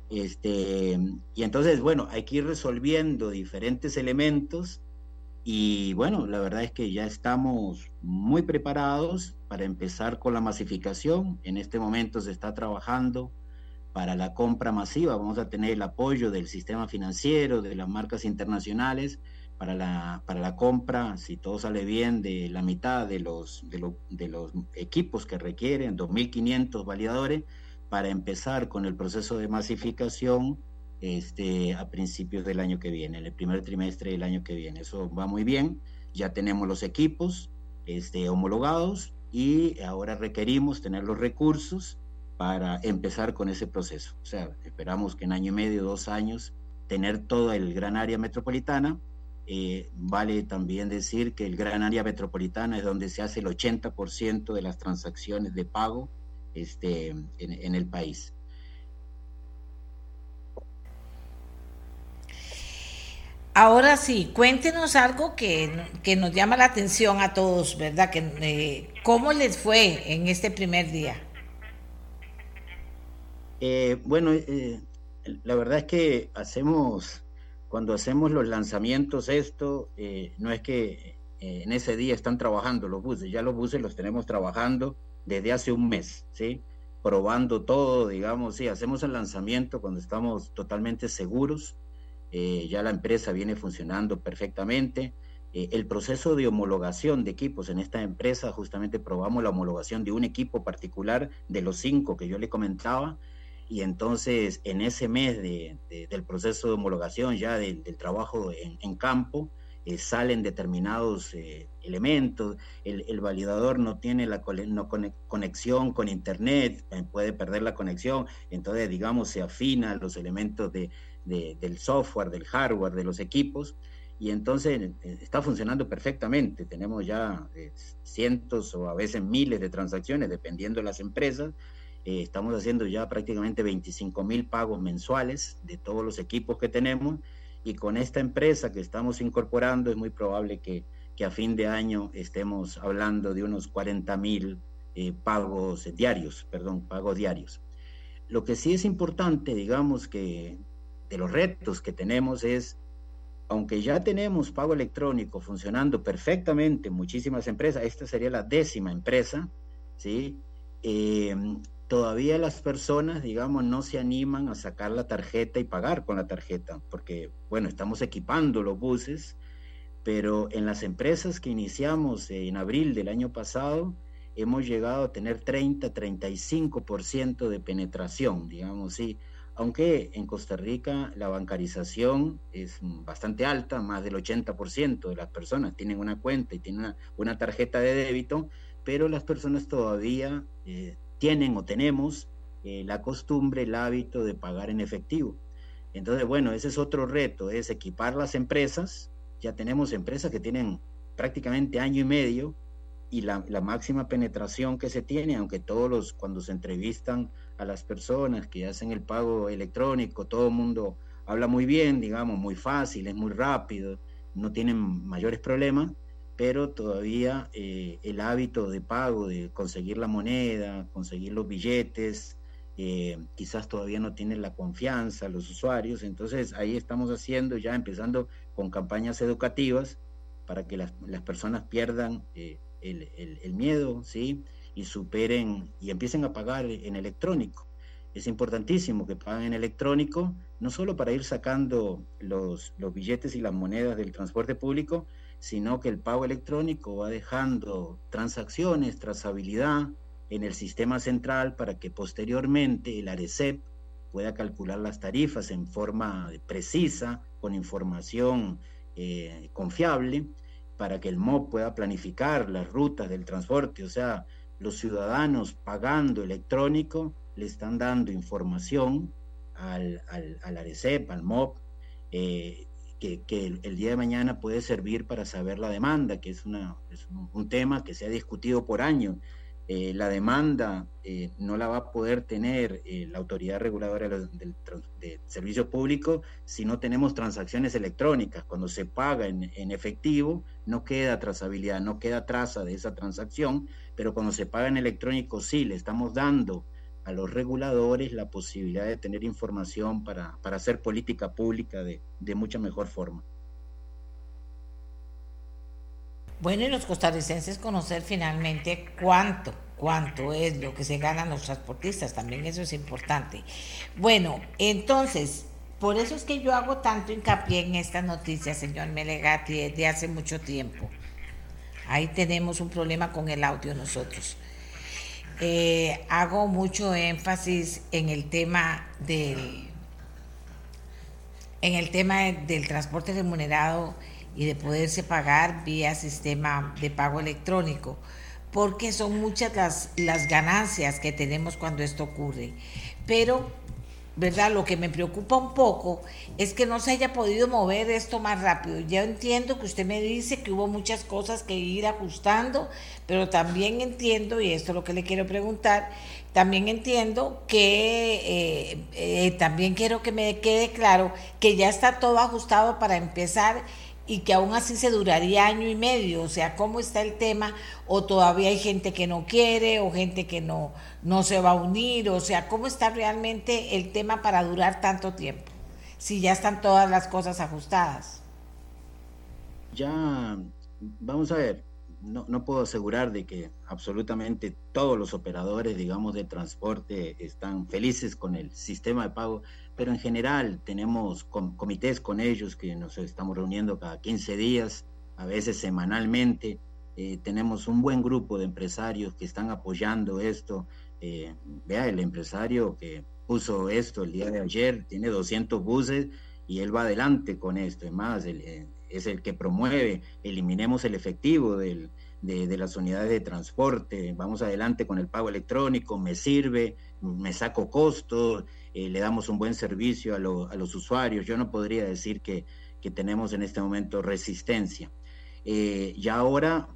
Y entonces, bueno, hay que ir resolviendo diferentes elementos, y bueno, la verdad es que ya estamos muy preparados para empezar con la masificación. En este momento se está trabajando para la compra masiva. Vamos a tener el apoyo del sistema financiero, de las marcas internacionales, para la compra, si todo sale bien, de la mitad de los equipos que requieren, 2.500 validadores, para empezar con el proceso de masificación a principios del año que viene, el primer trimestre del año que viene. Eso va muy bien, ya tenemos los equipos homologados, y ahora requerimos tener los recursos para empezar con ese proceso. O sea, esperamos que en año y medio, 2 años, tener toda el gran área metropolitana. Vale también decir que el gran área metropolitana es donde se hace el 80% de las transacciones de pago en el país. Ahora sí, cuéntenos algo que nos llama la atención a todos, ¿verdad? ¿Cómo les fue en este primer día? Bueno, la verdad es que cuando hacemos los lanzamientos, no es que en ese día están trabajando los buses, ya los buses los tenemos trabajando desde hace un mes, ¿sí? Probando todo, digamos, sí, hacemos el lanzamiento cuando estamos totalmente seguros. Ya la empresa viene funcionando perfectamente. El proceso de homologación de equipos en esta empresa, justamente probamos la homologación de un equipo particular de los 5 que yo le comentaba, y entonces en ese mes del proceso de homologación, ya del trabajo en campo, salen determinados elementos. El validador no tiene conexión con internet, puede perder la conexión, entonces digamos se afinan los elementos del software, del hardware, de los equipos, y entonces está funcionando perfectamente. Tenemos ya cientos o a veces miles de transacciones, dependiendo de las empresas. Estamos haciendo ya prácticamente 25.000 pagos mensuales de todos los equipos que tenemos, y con esta empresa que estamos incorporando es muy probable que a fin de año estemos hablando de unos 40.000 pagos diarios. Lo que sí es importante, digamos, que de los retos que tenemos es, aunque ya tenemos pago electrónico funcionando perfectamente en muchísimas empresas, esta sería la 10ª empresa, ¿sí? Todavía las personas, digamos, no se animan a sacar la tarjeta y pagar con la tarjeta, porque, bueno, estamos equipando los buses, pero en las empresas que iniciamos en abril del año pasado, hemos llegado a tener 30-35% de penetración, digamos, sí. Aunque en Costa Rica la bancarización es bastante alta, más del 80% de las personas tienen una cuenta y tienen una tarjeta de débito, pero las personas todavía tienen o tenemos la costumbre, el hábito de pagar en efectivo. Entonces, bueno, ese es otro reto, es equipar las empresas. Ya tenemos empresas que tienen prácticamente año y medio, y la máxima penetración que se tiene, aunque cuando se entrevistan a las personas que hacen el pago electrónico, todo el mundo habla muy bien, digamos, muy fácil, es muy rápido, no tienen mayores problemas, pero todavía el hábito de pago, de conseguir la moneda, conseguir los billetes, quizás todavía no tienen la confianza los usuarios. Entonces ahí estamos empezando con campañas educativas para que las personas pierdan el miedo, ¿sí? Y superen y empiecen a pagar en electrónico. Es importantísimo que paguen en electrónico, no solo para ir sacando los billetes y las monedas del transporte público, sino que el pago electrónico va dejando transacciones, trazabilidad en el sistema central para que posteriormente el ARECEP pueda calcular las tarifas en forma precisa, con información confiable, para que el MOP pueda planificar las rutas del transporte. O sea, los ciudadanos pagando electrónico le están dando información al ARECEP, al MOP, que el día de mañana puede servir para saber la demanda, que es un tema que se ha discutido por años. La demanda no la va a poder tener la autoridad reguladora de servicio público si no tenemos transacciones electrónicas. Cuando se paga en efectivo, no queda trazabilidad, no queda traza de esa transacción, pero cuando se paga en electrónico sí, le estamos dando a los reguladores la posibilidad de tener información para hacer política pública de mucha mejor forma. Bueno, y los costarricenses conocer finalmente cuánto es lo que se ganan los transportistas, también eso es importante. Bueno, entonces, por eso es que yo hago tanto hincapié en esta noticia, señor Melegatti, desde hace mucho tiempo. Ahí tenemos un problema con el audio nosotros. Hago mucho énfasis en el tema del transporte remunerado y de poderse pagar vía sistema de pago electrónico, porque son muchas las ganancias que tenemos cuando esto ocurre. Pero, ¿verdad? Lo que me preocupa un poco es que no se haya podido mover esto más rápido. Ya entiendo que usted me dice que hubo muchas cosas que ir ajustando, pero también entiendo, y esto es lo que le quiero preguntar, también entiendo que también quiero que me quede claro que ya está todo ajustado para empezar y que aún así se duraría año y medio. O sea, ¿cómo está el tema? ¿O todavía hay gente que no quiere o gente que no se va a unir? O sea, ¿cómo está realmente el tema para durar tanto tiempo? Si ya están todas las cosas ajustadas. Ya, vamos a ver, no puedo asegurar de que absolutamente todos los operadores, digamos, de transporte están felices con el sistema de pago, pero en general tenemos comités con ellos que nos estamos reuniendo cada 15 días, a veces semanalmente. Tenemos un buen grupo de empresarios que están apoyando esto. Vea, el empresario que puso esto el día de ayer tiene 200 buses y él va adelante con esto. Además, es el que promueve, eliminemos el efectivo de las unidades de transporte, vamos adelante con el pago electrónico, me sirve, me saco costos, le damos un buen servicio a los usuarios. Yo no podría decir que tenemos en este momento resistencia. Ya ahora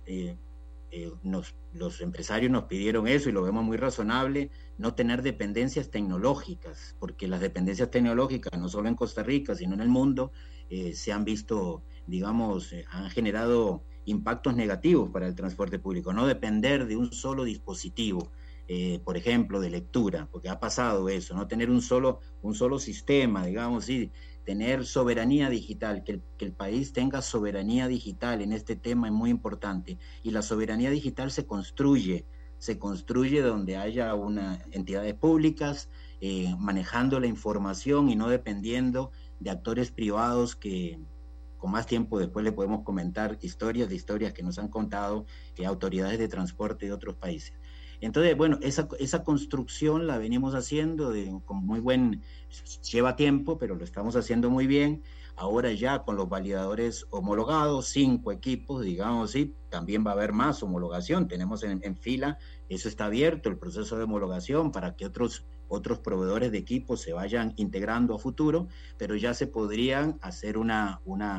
los empresarios nos pidieron eso y lo vemos muy razonable, no tener dependencias tecnológicas, porque las dependencias tecnológicas, no solo en Costa Rica, sino en el mundo, se han visto, digamos, han generado impactos negativos para el transporte público. No depender de un solo dispositivo, por ejemplo, de lectura, porque ha pasado eso, no tener un solo sistema, digamos, sí, tener soberanía digital, que el país tenga soberanía digital en este tema es muy importante. Y la soberanía digital se construye donde haya entidades públicas manejando la información y no dependiendo de actores privados que con más tiempo después le podemos comentar historias que nos han contado autoridades de transporte de otros países. Entonces, bueno, esa construcción la venimos haciendo con muy lleva tiempo, pero lo estamos haciendo muy bien. Ahora ya con los validadores homologados, 5 equipos, digamos así, también va a haber más homologación. Tenemos en fila, eso está abierto, el proceso de homologación para que otros otros proveedores de equipos se vayan integrando a futuro, pero ya se podrían hacer una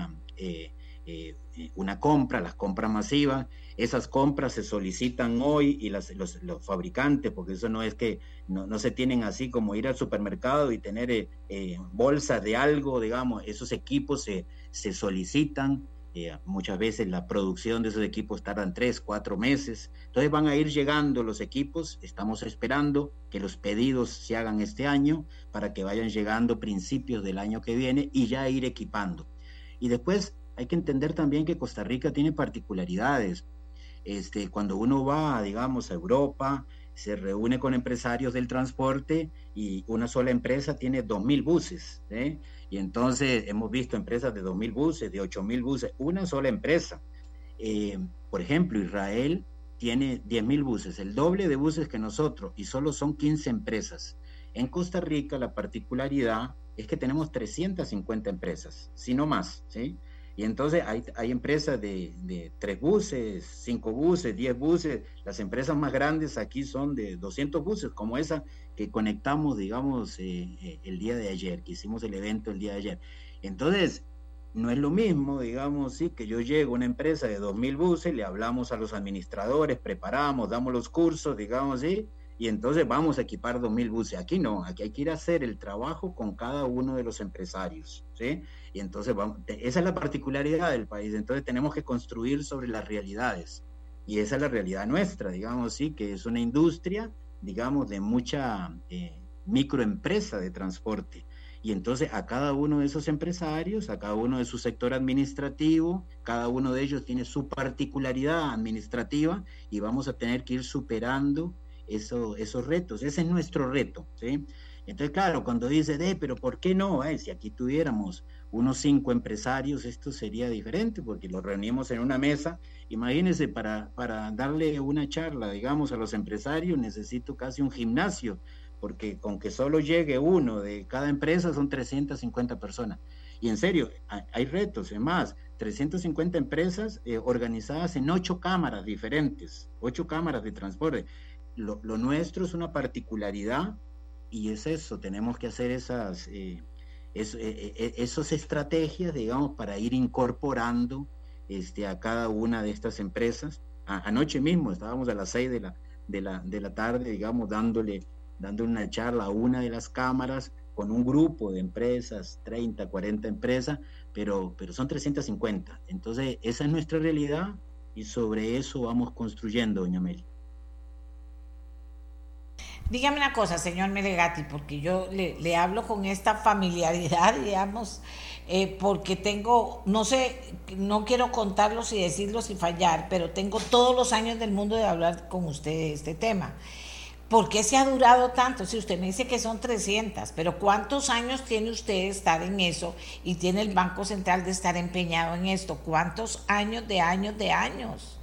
compra, las compras masivas. Esas compras se solicitan hoy y los fabricantes, porque eso no es que no se tienen así como ir al supermercado y tener bolsas de algo, digamos, esos equipos se solicitan. Muchas veces la producción de esos equipos tardan 3-4 meses, entonces van a ir llegando los equipos. Estamos esperando que los pedidos se hagan este año para que vayan llegando principios del año que viene y ya ir equipando. Y después hay que entender también que Costa Rica tiene particularidades. Cuando uno va, digamos, a Europa, se reúne con empresarios del transporte y una sola empresa tiene 2.000 buses, ¿eh? Y entonces hemos visto empresas de 2.000 buses, de 8.000 buses, una sola empresa. Por ejemplo, Israel tiene 10.000 buses, el doble de buses que nosotros, y solo son 15 empresas. En Costa Rica la particularidad es que tenemos 350 empresas, si no más, ¿sí? Y entonces hay empresas de 3 buses, 5 buses, 10 buses. Las empresas más grandes aquí son de 200 buses, como esa que conectamos, digamos, el día de ayer, que hicimos el evento el día de ayer. Entonces, no es lo mismo, digamos, sí, que yo llego a una empresa de 2.000 buses, le hablamos a los administradores, preparamos, damos los cursos, digamos, sí, y entonces vamos a equipar 2.000 buses. Aquí no, aquí hay que ir a hacer el trabajo con cada uno de los empresarios, ¿sí? Y entonces esa es la particularidad del país. Entonces tenemos que construir sobre las realidades, y esa es la realidad nuestra, digamos, sí, que es una industria, digamos, de mucha microempresa de transporte. Y entonces a cada uno de esos empresarios, a cada uno de su sector administrativo, cada uno de ellos tiene su particularidad administrativa, y vamos a tener que ir superando esos retos. Ese es nuestro reto, ¿sí? Entonces, claro, cuando dice, pero ¿por qué no? Si aquí tuviéramos unos 5 empresarios, esto sería diferente, porque los reunimos en una mesa. Imagínense, para darle una charla, digamos, a los empresarios, necesito casi un gimnasio, porque con que solo llegue uno de cada empresa son 350 personas. Y en serio, hay retos. Es más, 350 empresas organizadas en 8 cámaras diferentes, 8 cámaras de transporte. Lo nuestro es una particularidad, y es eso, tenemos que hacer esas estrategias, digamos, para ir incorporando a cada una de estas empresas. Anoche mismo estábamos a las 6 de la tarde, digamos, dándole una charla a una de las cámaras con un grupo de empresas, 30, 40 empresas, pero son 350. Entonces, esa es nuestra realidad, y sobre eso vamos construyendo, doña Meli. Dígame una cosa, señor Melegatti, porque yo le hablo con esta familiaridad, digamos, porque tengo, no sé, no quiero contarlos y decirlos y fallar, pero tengo todos los años del mundo de hablar con usted de este tema. ¿Por qué se ha durado tanto? Si usted me dice que son 300, pero ¿cuántos años tiene usted de estar en eso y tiene el Banco Central de estar empeñado en esto? ¿Cuántos años de años?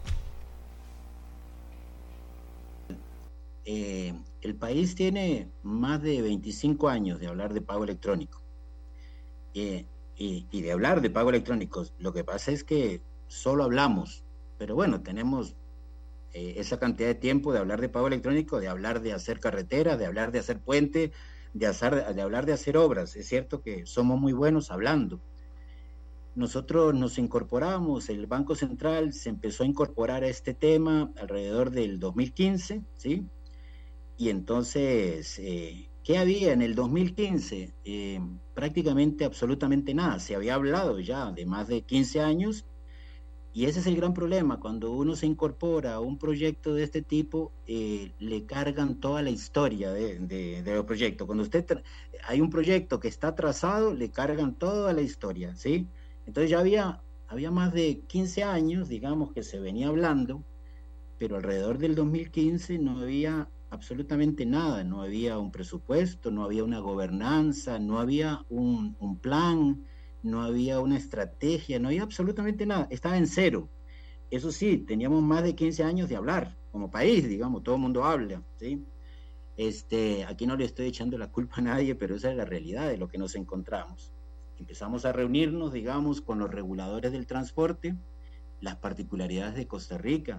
El país tiene más de 25 años de hablar de pago electrónico, y de hablar de pago electrónico. Lo que pasa es que solo hablamos, pero bueno, tenemos esa cantidad de tiempo de hablar de pago electrónico, de hablar de hacer carreteras, de hablar de hacer puentes, de hablar de hacer obras. Es cierto que somos muy buenos hablando. Nosotros nos incorporamos, el Banco Central se empezó a incorporar a este tema alrededor del 2015, ¿sí? Y entonces, ¿qué había en el 2015? Prácticamente absolutamente nada. Se había hablado ya de más de 15 años, y ese es el gran problema. Cuando uno se incorpora a un proyecto de este tipo, le cargan toda la historia de los proyectos. Cuando hay un proyecto que está trazado, le cargan toda la historia, ¿sí? Entonces ya había más de 15 años, digamos, que se venía hablando, pero alrededor del 2015 no había absolutamente nada. No había un presupuesto, no había una gobernanza, no había un plan, no había una estrategia, no había absolutamente nada. Estaba en cero. Eso sí, teníamos más de 15 años de hablar como país, digamos, todo el mundo habla, ¿sí? Aquí no le estoy echando la culpa a nadie, pero esa es la realidad de lo que nos encontramos. Empezamos a reunirnos, digamos, con los reguladores del transporte, las particularidades de Costa Rica.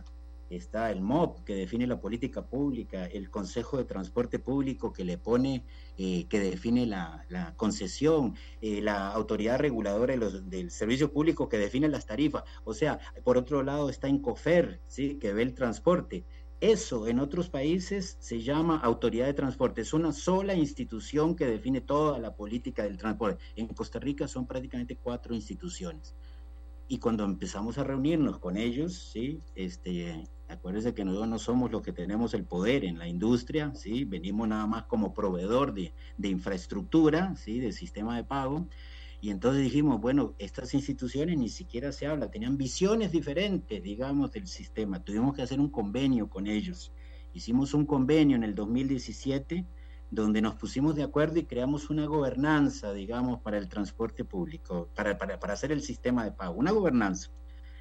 está el MOP, que define la política pública, el Consejo de Transporte Público, que le pone, que define la concesión, la autoridad reguladora del servicio público, que define las tarifas. O sea, por otro lado está INCOFER, ¿sí?, que ve el transporte. Eso en otros países se llama autoridad de transporte, es una sola institución que define toda la política del transporte. En Costa Rica son prácticamente 4 instituciones. Y cuando empezamos a reunirnos con ellos, ¿sí?, acuérdense que nosotros no somos los que tenemos el poder en la industria, ¿sí?, venimos nada más como proveedor de infraestructura, ¿sí?, de sistema de pago. Y entonces dijimos, bueno, estas instituciones ni siquiera se habla, tenían visiones diferentes, digamos, del sistema. Tuvimos que hacer un convenio con ellos. Hicimos un convenio en el 2017, donde nos pusimos de acuerdo y creamos una gobernanza, digamos, para el transporte público, para hacer el sistema de pago, una gobernanza.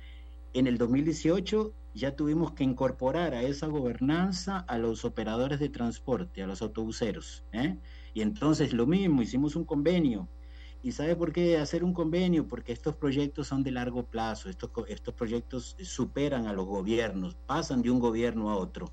En el 2018 ya tuvimos que incorporar a esa gobernanza a los operadores de transporte, a los autobuseros, y entonces lo mismo, hicimos un convenio. ¿Y sabe por qué hacer un convenio? Porque estos proyectos son de largo plazo, estos proyectos superan a los gobiernos, pasan de un gobierno a otro.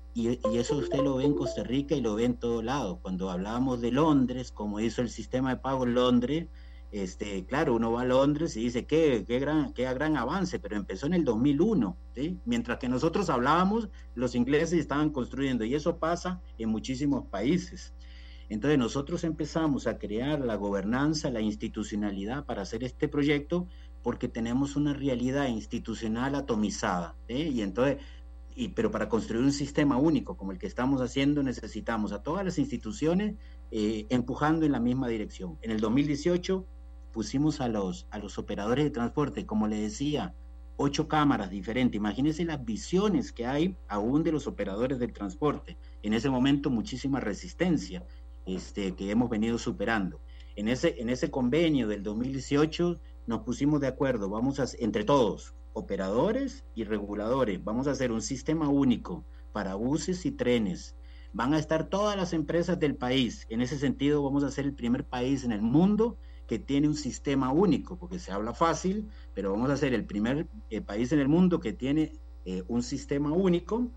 Y eso usted lo ve en Costa Rica y lo ve en todo lado. Cuando hablábamos de Londres, como hizo el sistema de pago en Londres, claro, uno va a Londres y dice qué gran avance, pero empezó en el 2001, ¿sí? Mientras que nosotros hablábamos, los ingleses estaban construyendo, y eso pasa en muchísimos países. Entonces nosotros empezamos a crear la gobernanza, la institucionalidad para hacer este proyecto, porque tenemos una realidad institucional atomizada, ¿sí? Y entonces, pero para construir un sistema único como el que estamos haciendo, necesitamos a todas las instituciones empujando en la misma dirección. En el 2018 pusimos a los operadores de transporte, como le decía, 8 cámaras diferentes. Imagínense las visiones que hay aún de los operadores del transporte. En ese momento muchísima resistencia que hemos venido superando. En ese convenio del 2018 nos pusimos de acuerdo, entre todos, operadores y reguladores, vamos a hacer un sistema único para buses y trenes. Van a estar todas las empresas del país. En ese sentido vamos a ser el primer país en el mundo que tiene un sistema único, porque se habla fácil, pero vamos a ser el primer país en el mundo que tiene un sistema único,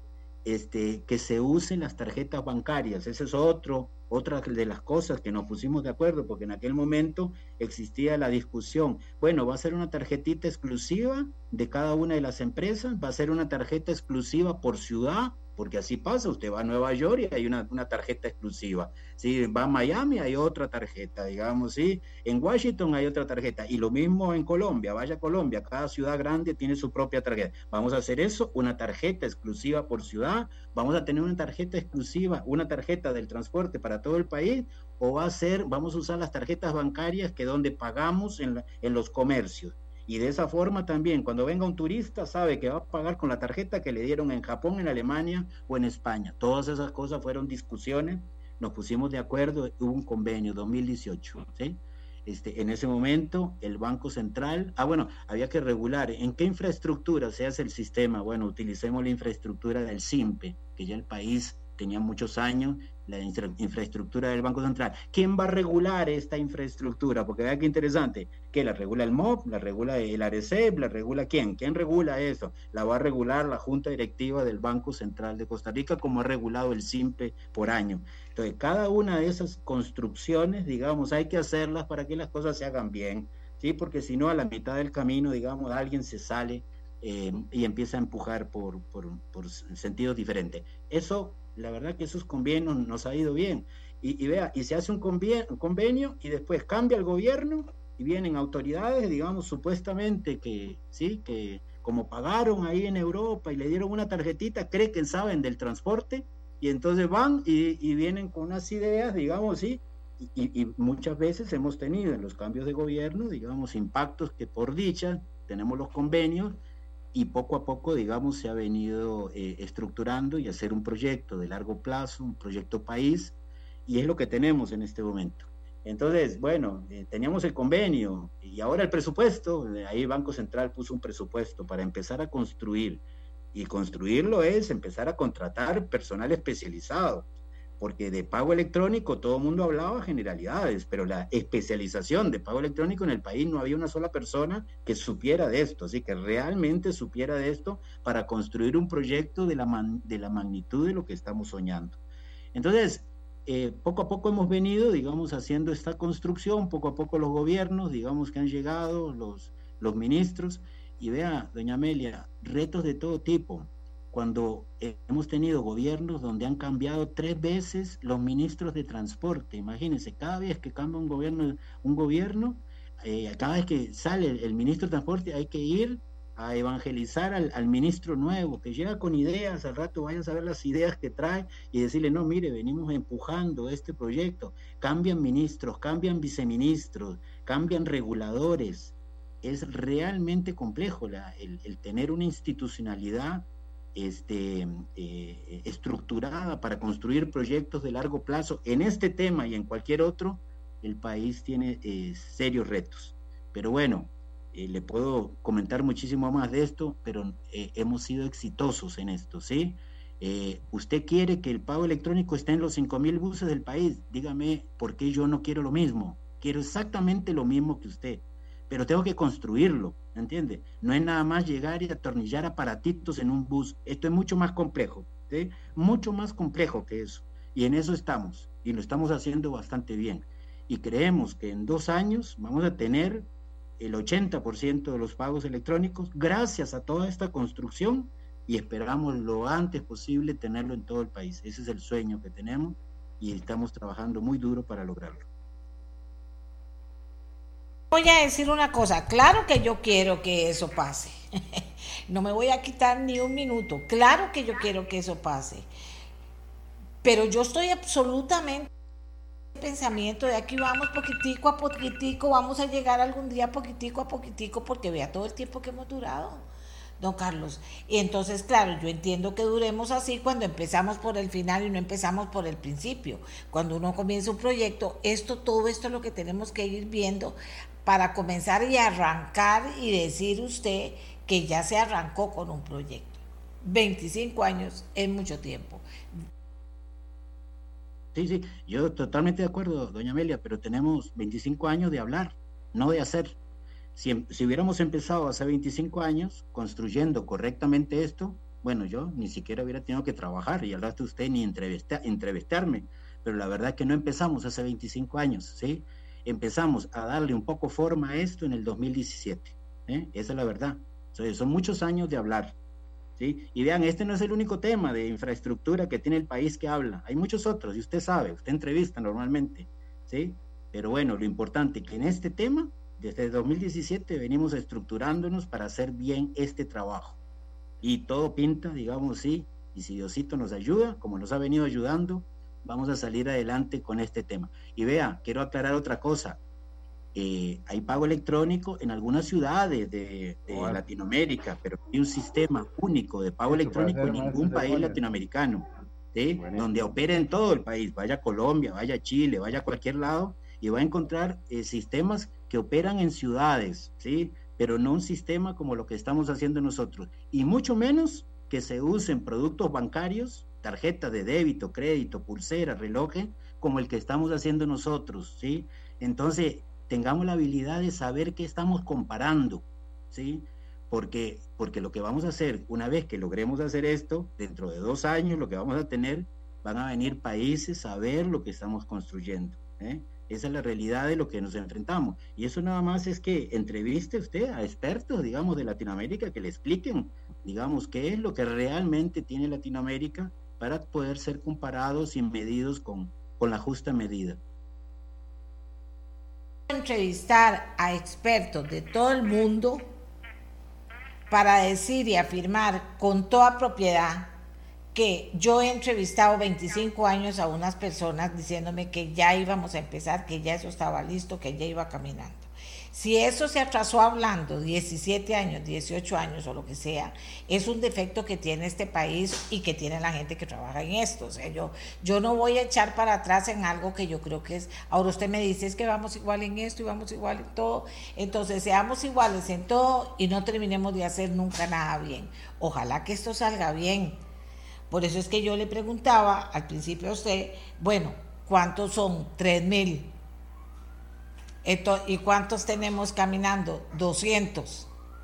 que se usen las tarjetas bancarias. Esa es otra de las cosas que nos pusimos de acuerdo, porque en aquel momento existía la discusión, bueno, va a ser una tarjetita exclusiva de cada una de las empresas, va a ser una tarjeta exclusiva por ciudad, porque así pasa, usted va a Nueva York y hay una tarjeta exclusiva, ¿sí? Va a Miami, hay otra tarjeta, digamos, ¿sí? En Washington hay otra tarjeta, y lo mismo en Colombia, vaya a Colombia, cada ciudad grande tiene su propia tarjeta. Vamos a hacer eso, una tarjeta exclusiva por ciudad, vamos a tener una tarjeta exclusiva, una tarjeta del transporte para todo el país, o vamos a usar las tarjetas bancarias que donde pagamos en los comercios. Y de esa forma también, cuando venga un turista, sabe que va a pagar con la tarjeta que le dieron en Japón, en Alemania o en España. Todas esas cosas fueron discusiones, nos pusimos de acuerdo, hubo un convenio 2018, ¿sí? En ese momento, el Banco Central, había que regular en qué infraestructura se hace el sistema. Bueno, utilicemos la infraestructura del SINPE, que ya el país tenía muchos años, la infraestructura del Banco Central. ¿Quién va a regular esta infraestructura? Porque vea qué interesante, que la regula el MOP, la regula el ARECEP, la regula ¿quién? ¿Quién regula eso? La va a regular la Junta Directiva del Banco Central de Costa Rica, como ha regulado el SINPE por año. Entonces, cada una de esas construcciones, digamos, hay que hacerlas para que las cosas se hagan bien, ¿sí? Porque si no, a la mitad del camino, digamos, alguien se sale y empieza a empujar por sentidos diferentes. Eso, la verdad que esos convenios nos ha ido bien. Y vea, y se hace un convenio y después cambia el gobierno y vienen autoridades, digamos, supuestamente que, ¿sí? Que como pagaron ahí en Europa y le dieron una tarjetita, creen que saben del transporte, y entonces van y vienen con unas ideas, digamos, ¿sí? Y muchas veces hemos tenido en los cambios de gobierno, digamos, impactos que por dicha tenemos los convenios, y poco a poco, digamos, se ha venido estructurando y hacer un proyecto de largo plazo, un proyecto país, y es lo que tenemos en este momento. Entonces, bueno, teníamos el convenio y ahora el presupuesto. Ahí el Banco Central puso un presupuesto para empezar a construir, y construirlo es empezar a contratar personal especializado, porque de pago electrónico todo el mundo hablaba generalidades, pero la especialización de pago electrónico en el país no había una sola persona que supiera de esto, así que realmente supiera de esto para construir un proyecto de la magnitud de lo que estamos soñando. Entonces, poco a poco hemos venido, digamos, haciendo esta construcción, poco a poco los gobiernos, digamos, que han llegado, los ministros, y vea, doña Amelia, retos de todo tipo. Cuando hemos tenido gobiernos donde han cambiado 3 veces los ministros de transporte, imagínense, cada vez que cambia un gobierno, cada vez que sale el ministro de transporte hay que ir a evangelizar al ministro nuevo, que llega con ideas, al rato vayan a saber las ideas que trae y decirle, no, mire, venimos empujando este proyecto, cambian ministros, cambian viceministros, cambian reguladores. Es realmente complejo el tener una institucionalidad estructurada para construir proyectos de largo plazo. En este tema y en cualquier otro, el país tiene serios retos. Pero bueno, le puedo comentar muchísimo más de esto, pero hemos sido exitosos en esto, ¿sí? Usted quiere que el pago electrónico esté en los 5,000 buses del país. Dígame por qué yo no quiero lo mismo. Quiero exactamente lo mismo que usted, pero tengo que construirlo, ¿entiende? No es nada más llegar y atornillar aparatitos en un bus. Esto es mucho más complejo, ¿sí? Mucho más complejo que eso. Y en eso estamos, y lo estamos haciendo bastante bien. Y creemos que en 2 años vamos a tener el 80% de los pagos electrónicos gracias a toda esta construcción, y esperamos lo antes posible tenerlo en todo el país. Ese es el sueño que tenemos y estamos trabajando muy duro para lograrlo. Voy a decir una cosa, claro que yo quiero que eso pase, no me voy a quitar ni un minuto, claro que yo quiero que eso pase, pero yo estoy absolutamente en el pensamiento de aquí vamos poquitico a poquitico, vamos a llegar algún día poquitico a poquitico, porque vea todo el tiempo que hemos durado, don Carlos. Y entonces, claro, yo entiendo que duremos así cuando empezamos por el final y no empezamos por el principio. Cuando uno comienza un proyecto, todo esto es lo que tenemos que ir viendo para comenzar y arrancar y decir usted que ya se arrancó con un proyecto. 25 años es mucho tiempo. Sí, yo totalmente de acuerdo, doña Amelia, pero tenemos 25 años de hablar, no de hacer. Si hubiéramos empezado hace 25 años construyendo correctamente esto, bueno, yo ni siquiera hubiera tenido que trabajar y al rato usted ni entrevistarme, pero la verdad es que no empezamos hace 25 años, ¿sí? Empezamos a darle un poco forma a esto en el 2017, esa es la verdad. Son muchos años de hablar, ¿sí? Y vean, este no es el único tema de infraestructura que tiene el país que habla, hay muchos otros, y usted sabe, usted entrevista normalmente, ¿sí? Pero bueno, lo importante es que en este tema, desde 2017 venimos estructurándonos para hacer bien este trabajo. Y todo pinta, digamos, sí, y si Diosito nos ayuda, como nos ha venido ayudando, vamos a salir adelante con este tema. Y vea, quiero aclarar otra cosa. Hay pago electrónico en algunas ciudades de Latinoamérica, pero no hay un sistema único de pago electrónico en ningún país latinoamericano, ¿sí? Donde opera en todo el país, vaya a Colombia, vaya a Chile, vaya a cualquier lado, y va a encontrar sistemas que operan en ciudades, ¿sí? Pero no un sistema como lo que estamos haciendo nosotros, y mucho menos que se usen productos bancarios, tarjetas de débito, crédito, pulsera, relojes, como el que estamos haciendo nosotros, ¿sí? Entonces, tengamos la habilidad de saber qué estamos comparando, ¿sí? Porque lo que vamos a hacer, una vez que logremos hacer esto, dentro de 2 años, lo que vamos a tener, van a venir países a ver lo que estamos construyendo, ¿eh? Esa es la realidad de lo que nos enfrentamos. Y eso nada más es que entreviste usted a expertos, digamos, de Latinoamérica, que le expliquen, digamos, qué es lo que realmente tiene Latinoamérica para poder ser comparados y medidos con la justa medida. Entrevistar a expertos de todo el mundo para decir y afirmar con toda propiedad que yo he entrevistado 25 años a unas personas diciéndome que ya íbamos a empezar, que ya eso estaba listo, que ya iba caminando. Si eso se atrasó hablando 17 años, 18 años o lo que sea, es un defecto que tiene este país y que tiene la gente que trabaja en esto. O sea, yo no voy a echar para atrás en algo que yo creo que es... Ahora usted me dice, es que vamos igual en esto y vamos igual en todo. Entonces, seamos iguales en todo y no terminemos de hacer nunca nada bien. Ojalá que esto salga bien, Por eso es que yo le preguntaba al principio a usted, bueno, ¿cuántos son? 3.000. ¿Y cuántos tenemos caminando? 200.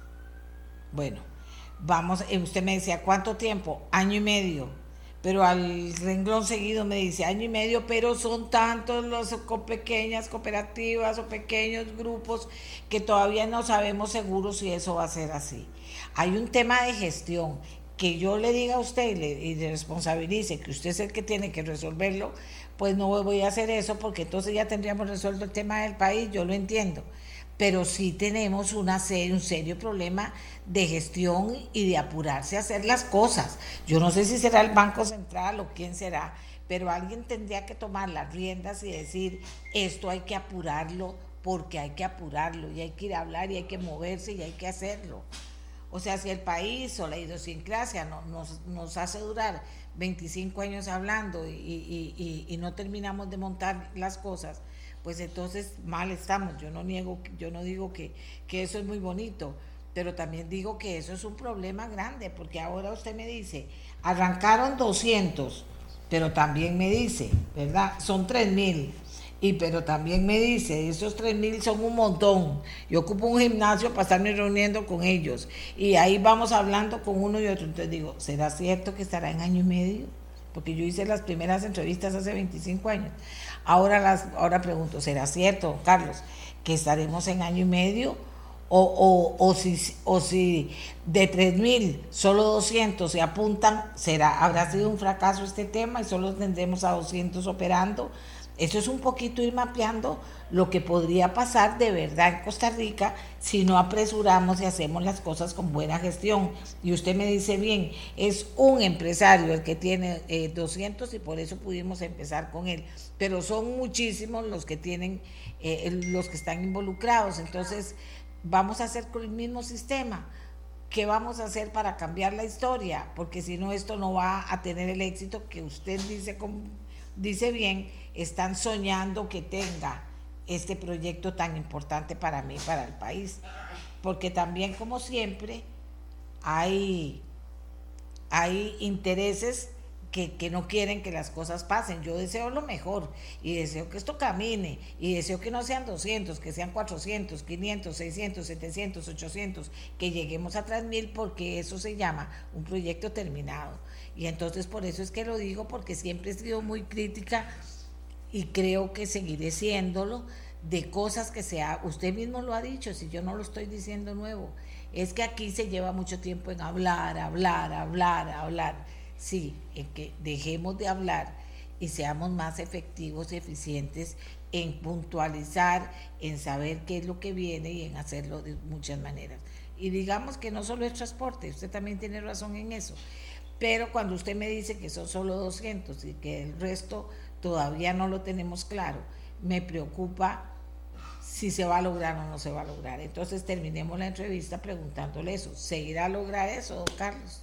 Bueno, vamos, usted me decía, ¿cuánto tiempo? 1.5 años. Pero al renglón seguido me dice 1.5 años, pero son tantos los pequeñas cooperativas o pequeños grupos que todavía no sabemos seguros si eso va a ser así. Hay un tema de gestión que yo le diga a usted y le responsabilice que usted es el que tiene que resolverlo, pues no voy a hacer eso porque entonces ya tendríamos resuelto el tema del país, yo lo entiendo. Pero sí tenemos un serio problema de gestión y de apurarse a hacer las cosas. Yo no sé si será el Banco Central o quién será, pero alguien tendría que tomar las riendas y decir, esto hay que apurarlo porque hay que apurarlo y hay que ir a hablar y hay que moverse y hay que hacerlo. O sea, si el país o la idiosincrasia nos hace durar 25 años hablando y no terminamos de montar las cosas, pues entonces mal estamos. Yo no digo que eso es muy bonito, pero también digo que eso es un problema grande, porque ahora usted me dice, arrancaron 200, pero también me dice, ¿verdad? Son 3.000. Pero también me dice, esos 3.000 son un montón. Yo ocupo un gimnasio para estarme reuniendo con ellos. Y ahí vamos hablando con uno y otro. Entonces digo, ¿será cierto que estará en 1.5 años? Porque yo hice las primeras entrevistas hace 25 años. Ahora pregunto, ¿será cierto, Carlos, que estaremos en 1.5 años? O si de 3.000 solo 200 se apuntan, habrá sido un fracaso este tema y solo tendremos a 200 operando. Eso es un poquito ir mapeando lo que podría pasar de verdad en Costa Rica si no apresuramos y hacemos las cosas con buena gestión. Y usted me dice bien, es un empresario el que tiene 200 y por eso pudimos empezar con él. Pero son muchísimos los que tienen, los que están involucrados. Entonces, vamos a hacer con el mismo sistema. ¿Qué vamos a hacer para cambiar la historia? Porque si no, esto no va a tener el éxito que usted dice bien, están soñando que tenga este proyecto tan importante para mí, para el país. Porque también, como siempre, hay intereses que no quieren que las cosas pasen. Yo deseo lo mejor y deseo que esto camine y deseo que no sean 200, que sean 400, 500, 600, 700, 800, que lleguemos a 3.000, porque eso se llama un proyecto terminado. Y entonces por eso es que lo digo, porque siempre he sido muy crítica y creo que seguiré siéndolo de cosas que usted mismo lo ha dicho, si yo no lo estoy diciendo nuevo, es que aquí se lleva mucho tiempo en hablar. Sí, en que dejemos de hablar y seamos más efectivos y eficientes en puntualizar, en saber qué es lo que viene y en hacerlo de muchas maneras. Y digamos que no solo es transporte, usted también tiene razón en eso, pero cuando usted me dice que son solo 200 y que el resto todavía no lo tenemos claro, me preocupa si se va a lograr o no se va a lograr. Entonces terminemos la entrevista preguntándole eso. ¿Se irá a lograr eso, don Carlos?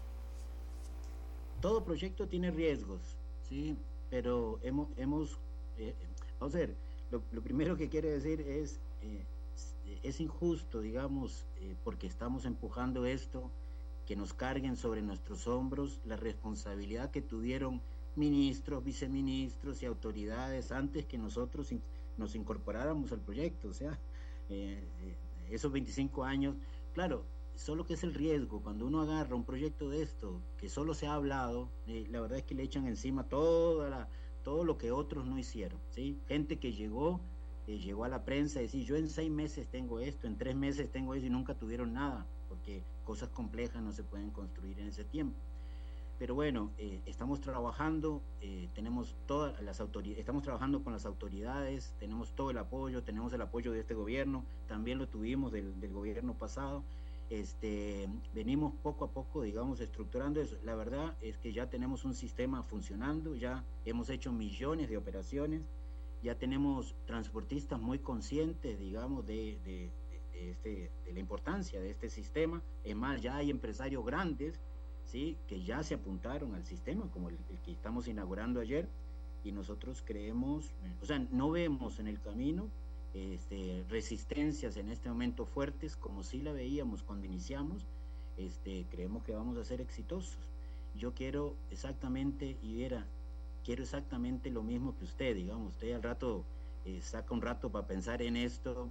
Todo proyecto tiene riesgos, ¿sí? Pero vamos a ver, lo primero que quiero decir es injusto, digamos, porque estamos empujando esto, que nos carguen sobre nuestros hombros la responsabilidad que tuvieron ministros, viceministros y autoridades antes que nosotros nos incorporáramos al proyecto. O sea, esos 25 años, claro, solo que es el riesgo, cuando uno agarra un proyecto de esto, que solo se ha hablado, la verdad es que le echan encima todo lo que otros no hicieron, ¿sí? Gente que llegó a la prensa y decir, yo en 6 meses tengo esto, en 3 meses tengo eso, y nunca tuvieron nada, porque cosas complejas no se pueden construir en ese tiempo. Pero bueno, estamos trabajando, estamos trabajando con las autoridades, tenemos todo el apoyo, tenemos el apoyo de este gobierno, también lo tuvimos del gobierno pasado. Venimos poco a poco, digamos, estructurando eso. La verdad es que ya tenemos un sistema funcionando, ya hemos hecho millones de operaciones, ya tenemos transportistas muy conscientes, digamos, de la importancia de este sistema. Es más, ya hay empresarios grandes, ¿sí?, que ya se apuntaron al sistema, como el que estamos inaugurando ayer, y nosotros creemos, o sea, no vemos en el camino resistencias en este momento fuertes, como sí la veíamos cuando iniciamos. Creemos que vamos a ser exitosos. yo quiero exactamente, y era, quiero exactamente lo mismo que usted, digamos, usted al rato saca un rato para pensar en esto,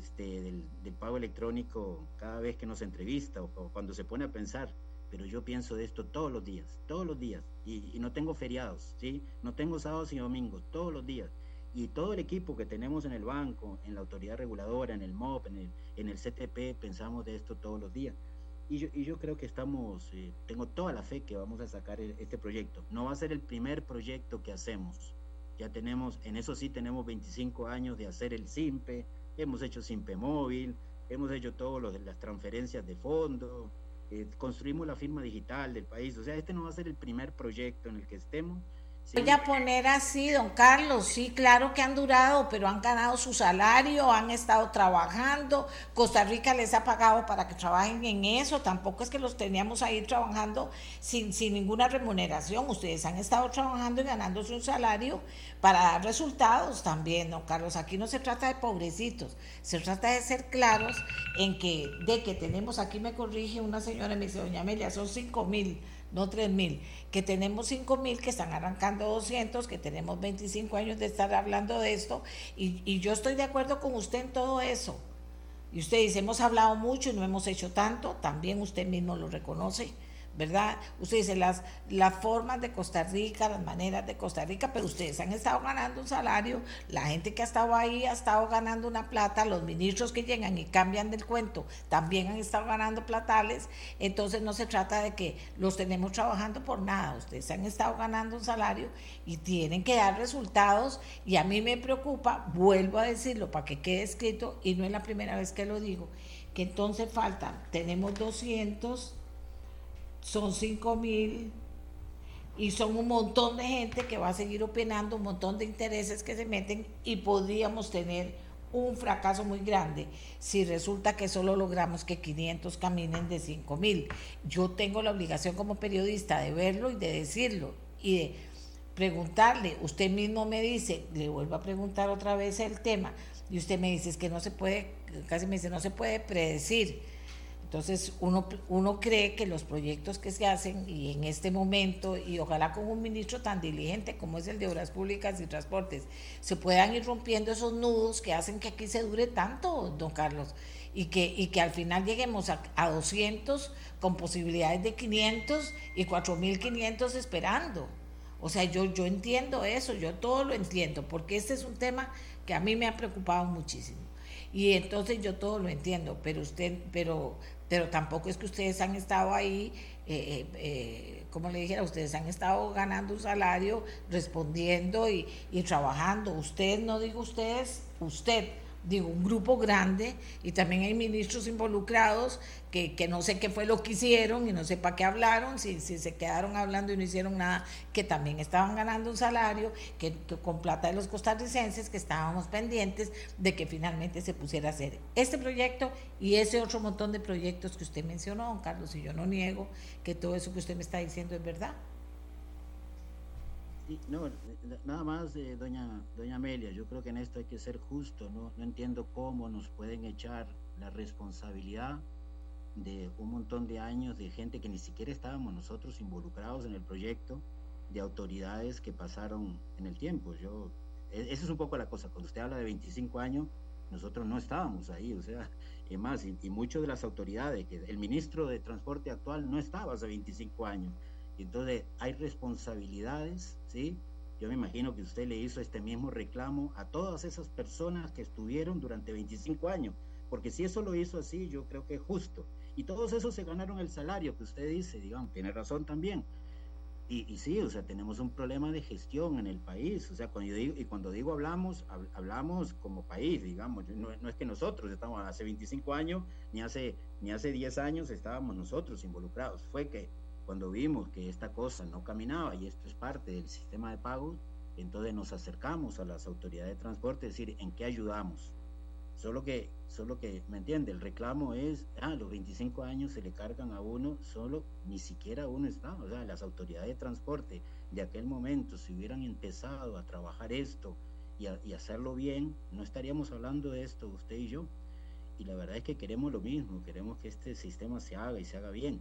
del pago electrónico cada vez que nos entrevista o cuando se pone a pensar, pero yo pienso de esto todos los días, y no tengo feriados, ¿sí? No tengo sábados y domingos, todos los días. Y todo el equipo que tenemos en el banco, en la autoridad reguladora, en el MOP, en el CTP, pensamos de esto todos los días. Y yo creo que tengo toda la fe que vamos a sacar este proyecto. No va a ser el primer proyecto que hacemos. Ya tenemos, en eso sí tenemos 25 años de hacer el SIMPE, hemos hecho SIMPE móvil, hemos hecho todas las transferencias de fondo, construimos la firma digital del país. O sea, este no va a ser el primer proyecto en el que estemos. Sí. Voy a poner así, don Carlos, sí, claro que han durado, pero han ganado su salario, han estado trabajando, Costa Rica les ha pagado para que trabajen en eso, tampoco es que los teníamos ahí trabajando sin ninguna remuneración, ustedes han estado trabajando y ganándose un salario para dar resultados también, don Carlos. Aquí no se trata de pobrecitos, se trata de ser claros en que tenemos, aquí me corrige una señora, me dice, doña Amelia, son 5,000, no 3,000, que tenemos 5,000, que están arrancando 200, que tenemos 25 años de estar hablando de esto, y yo estoy de acuerdo con usted en todo eso. Y usted dice, hemos hablado mucho y no hemos hecho tanto, también usted mismo lo reconoce, ¿verdad? Usted dice las formas de Costa Rica, las maneras de Costa Rica, pero ustedes han estado ganando un salario, la gente que ha estado ahí ha estado ganando una plata, los ministros que llegan y cambian del cuento también han estado ganando platales, entonces no se trata de que los tenemos trabajando por nada, ustedes han estado ganando un salario y tienen que dar resultados, y a mí me preocupa, vuelvo a decirlo para que quede escrito, y no es la primera vez que lo digo, que entonces tenemos 200, son 5,000 y son un montón de gente que va a seguir opinando, un montón de intereses que se meten, y podríamos tener un fracaso muy grande si resulta que solo logramos que 500 caminen de 5,000. Yo tengo la obligación como periodista de verlo y de decirlo y de preguntarle. Usted mismo me dice, le vuelvo a preguntar otra vez el tema, y usted me dice, es que no se puede, casi me dice, no se puede predecir. Entonces uno cree que los proyectos que se hacen, y en este momento, y ojalá con un ministro tan diligente como es el de Obras Públicas y Transportes, se puedan ir rompiendo esos nudos que hacen que aquí se dure tanto, don Carlos, y que al final lleguemos a 200 con posibilidades de 500 y 4,500 esperando. O sea, yo entiendo eso, yo todo lo entiendo, porque este es un tema que a mí me ha preocupado muchísimo. Y entonces yo todo lo entiendo, pero tampoco es que ustedes han estado ahí, como le dijera, ustedes han estado ganando un salario, respondiendo y trabajando. Usted, no digo ustedes, usted, digo un grupo grande, y también hay ministros involucrados que no sé qué fue lo que hicieron y no sé para qué hablaron, si se quedaron hablando y no hicieron nada, que también estaban ganando un salario, que con plata de los costarricenses, que estábamos pendientes de que finalmente se pusiera a hacer este proyecto y ese otro montón de proyectos que usted mencionó, don Carlos, y yo no niego que todo eso que usted me está diciendo es verdad. Sí, no, nada más, doña Amelia, yo creo que en esto hay que ser justo, ¿no? No entiendo cómo nos pueden echar la responsabilidad de un montón de años de gente que ni siquiera estábamos nosotros involucrados en el proyecto, de autoridades que pasaron en el tiempo. Esa es un poco la cosa, cuando usted habla de 25 años, nosotros no estábamos ahí, o sea, es más, y muchas de las autoridades, que el ministro de Transporte actual no estaba hace 25 años, y entonces hay responsabilidades, ¿sí? Yo me imagino que usted le hizo este mismo reclamo a todas esas personas que estuvieron durante 25 años, porque si eso lo hizo así, yo creo que es justo. Y todos esos se ganaron el salario que usted dice, digamos, tiene razón también. Y sí, o sea, tenemos un problema de gestión en el país, o sea, cuando digo hablamos como país, digamos, no es que nosotros estamos hace 25 años, ni hace 10 años estábamos nosotros involucrados, fue que cuando vimos que esta cosa no caminaba y esto es parte del sistema de pagos, entonces nos acercamos a las autoridades de transporte, es decir, ¿en qué ayudamos? Solo que, ¿me entiende? El reclamo es, los 25 años se le cargan a uno, ni siquiera uno está, o sea, las autoridades de transporte de aquel momento, si hubieran empezado a trabajar esto y hacerlo bien, no estaríamos hablando de esto, usted y yo. Y la verdad es que queremos lo mismo, queremos que este sistema se haga y se haga bien.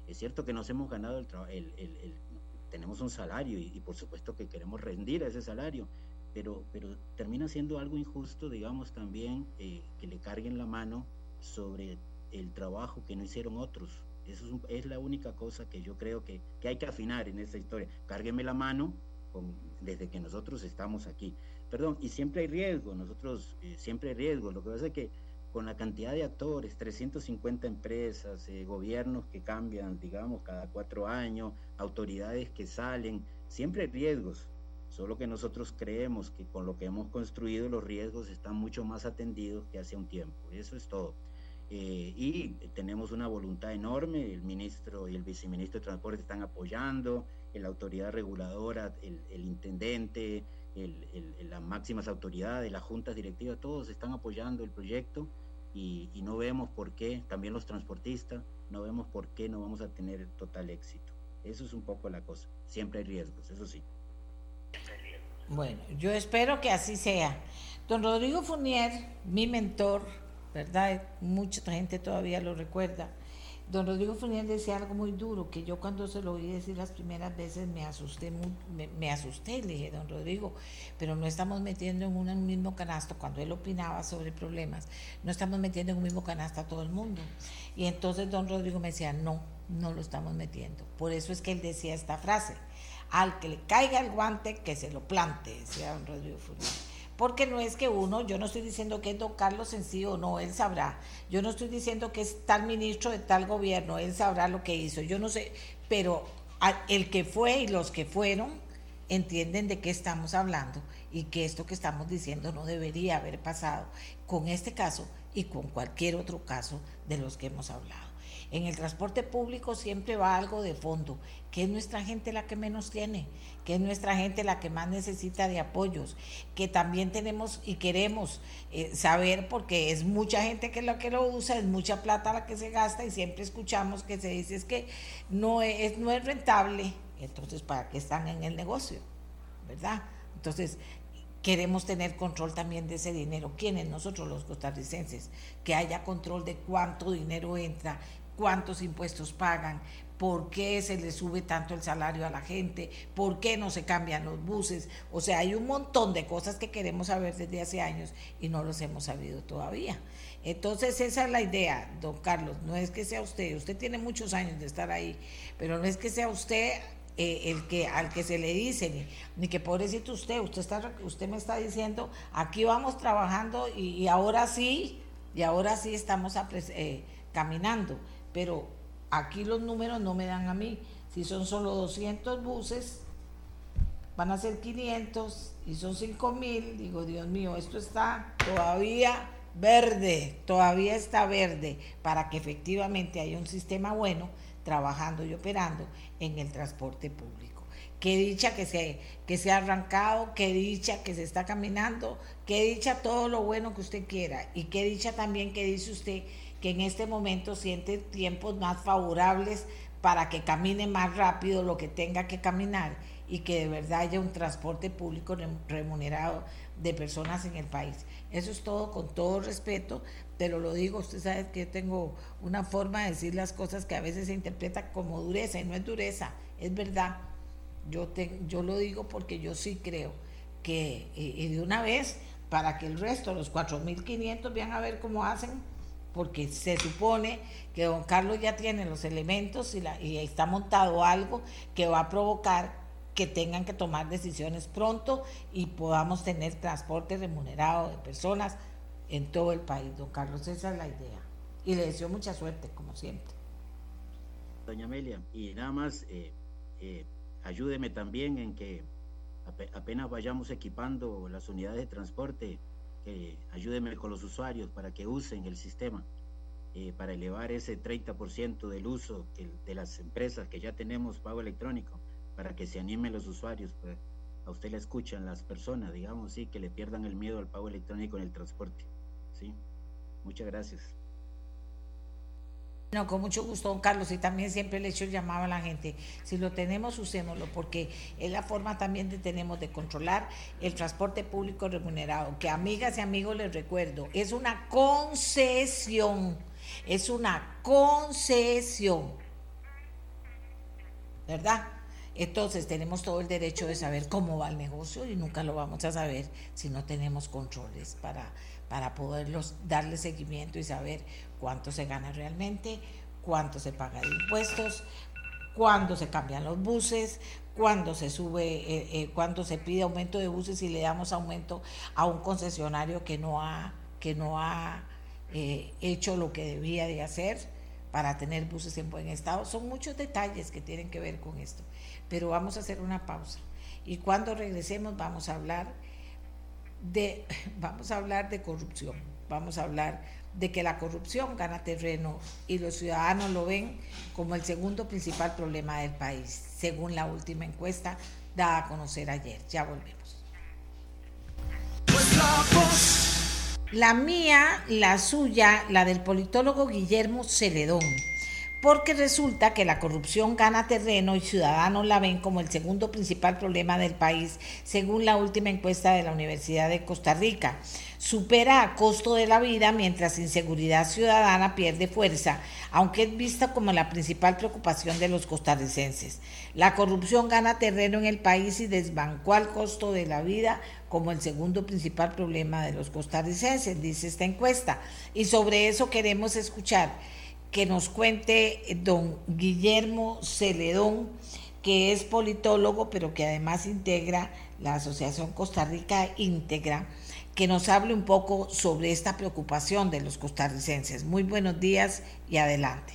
Es cierto que nos hemos ganado tenemos un salario y por supuesto que queremos rendir a ese salario, pero termina siendo algo injusto, digamos, también que le carguen la mano sobre el trabajo que no hicieron otros. Eso es la única cosa que yo creo que hay que afinar en esta historia. Cárguenme la mano desde que nosotros estamos aquí. Perdón, y siempre hay riesgo, siempre hay riesgo. Lo que pasa es que con la cantidad de actores, 350 empresas, gobiernos que cambian, digamos, cada 4 años, autoridades que salen, siempre hay riesgos. Solo que nosotros creemos que con lo que hemos construido los riesgos están mucho más atendidos que hace un tiempo. Eso es todo. Y tenemos una voluntad enorme, el ministro y el viceministro de Transporte están apoyando, la autoridad reguladora, el intendente, las máximas autoridades, las juntas directivas, todos están apoyando el proyecto y no vemos por qué, también los transportistas, no vemos por qué no vamos a tener total éxito. Eso es un poco la cosa, siempre hay riesgos, eso sí. Bueno, yo espero que así sea. Don Rodrigo Fournier, mi mentor, ¿verdad? Mucha gente todavía lo recuerda. Don Rodrigo Fournier decía algo muy duro, que yo cuando se lo oí decir las primeras veces me asusté, le dije, don Rodrigo, pero no estamos metiendo en un mismo canasto, cuando él opinaba sobre problemas, no estamos metiendo en un mismo canasto a todo el mundo. Y entonces don Rodrigo me decía, no lo estamos metiendo. Por eso es que él decía esta frase, al que le caiga el guante, que se lo plante, decía don Rodrigo Fournier. Porque no es que yo no estoy diciendo que es don Carlos en sí o no, él sabrá. Yo no estoy diciendo que es tal ministro de tal gobierno, él sabrá lo que hizo. Yo no sé, pero el que fue y los que fueron entienden de qué estamos hablando y que esto que estamos diciendo no debería haber pasado con este caso y con cualquier otro caso de los que hemos hablado. En el transporte público siempre va algo de fondo, que es nuestra gente la que menos tiene, que es nuestra gente la que más necesita de apoyos, que también tenemos y queremos saber, porque es mucha gente que lo usa, es mucha plata la que se gasta y siempre escuchamos que se dice es que no es rentable, entonces ¿para qué están en el negocio? ¿Verdad? Entonces queremos tener control también de ese dinero. ¿Quiénes? Nosotros los costarricenses, que haya control de cuánto dinero entra, cuántos impuestos pagan, por qué se le sube tanto el salario a la gente, por qué no se cambian los buses. O sea, hay un montón de cosas que queremos saber desde hace años y no los hemos sabido todavía. Entonces esa es la idea, don Carlos, no es que sea usted tiene muchos años de estar ahí, pero no es que sea usted al que se le dice, ni que pobrecito usted me está diciendo, aquí vamos trabajando y ahora sí estamos caminando, pero aquí los números no me dan a mí. Si son solo 200 buses, van a ser 500 y son 5,000. Digo, Dios mío, esto está todavía todavía está verde para que efectivamente haya un sistema bueno trabajando y operando en el transporte público. Qué dicha que se ha arrancado, qué dicha que se está caminando, qué dicha todo lo bueno que usted quiera y qué dicha también que dice usted que en este momento siente tiempos más favorables para que camine más rápido lo que tenga que caminar y que de verdad haya un transporte público remunerado de personas en el país. Eso es todo, con todo respeto, pero lo digo, usted sabe que yo tengo una forma de decir las cosas que a veces se interpreta como dureza y no es dureza, es verdad. Yo lo digo porque yo sí creo que, y de una vez, para que el resto, los 4.500, vean a ver cómo hacen, porque se supone que don Carlos ya tiene los elementos y está montado algo que va a provocar que tengan que tomar decisiones pronto y podamos tener transporte remunerado de personas en todo el país. Don Carlos, esa es la idea. Y le deseo mucha suerte, como siempre. Doña Amelia, y nada más, ayúdeme también en que apenas vayamos equipando las unidades de transporte, ayúdeme con los usuarios para que usen el sistema, para elevar ese 30% del uso de las empresas que ya tenemos pago electrónico, para que se animen los usuarios. Pues, a usted le escuchan las personas, digamos, sí, que le pierdan el miedo al pago electrónico en el transporte. Sí, muchas gracias. No, con mucho gusto, don Carlos, y también siempre le he hecho el llamado a la gente, si lo tenemos, usémoslo, porque es la forma también tenemos de controlar el transporte público remunerado, que amigas y amigos les recuerdo, es una concesión, ¿verdad? Entonces tenemos todo el derecho de saber cómo va el negocio y nunca lo vamos a saber si no tenemos controles para poderlos darle seguimiento y saber cuánto se gana realmente, cuánto se paga de impuestos, cuándo se cambian los buses, cuándo se sube, cuándo se pide aumento de buses y le damos aumento a un concesionario que no ha hecho lo que debía de hacer para tener buses en buen estado. Son muchos detalles que tienen que ver con esto, pero vamos a hacer una pausa y cuando regresemos vamos a hablar de corrupción, vamos a hablar de que la corrupción gana terreno y los ciudadanos lo ven como el segundo principal problema del país, según la última encuesta dada a conocer ayer. Ya volvemos. La mía, la suya, la del politólogo Guillermo Celedón, porque resulta que la corrupción gana terreno y ciudadanos la ven como el segundo principal problema del país, según la última encuesta de la Universidad de Costa Rica. Supera a costo de la vida, mientras inseguridad ciudadana pierde fuerza, aunque es vista como la principal preocupación de los costarricenses. La corrupción gana terreno en el país y desbancó al costo de la vida como el segundo principal problema de los costarricenses, dice esta encuesta. Y sobre eso queremos escuchar que nos cuente don Guillermo Celedón, que es politólogo, pero que además integra la Asociación Costa Rica Íntegra, que nos hable un poco sobre esta preocupación de los costarricenses. Muy buenos días y adelante.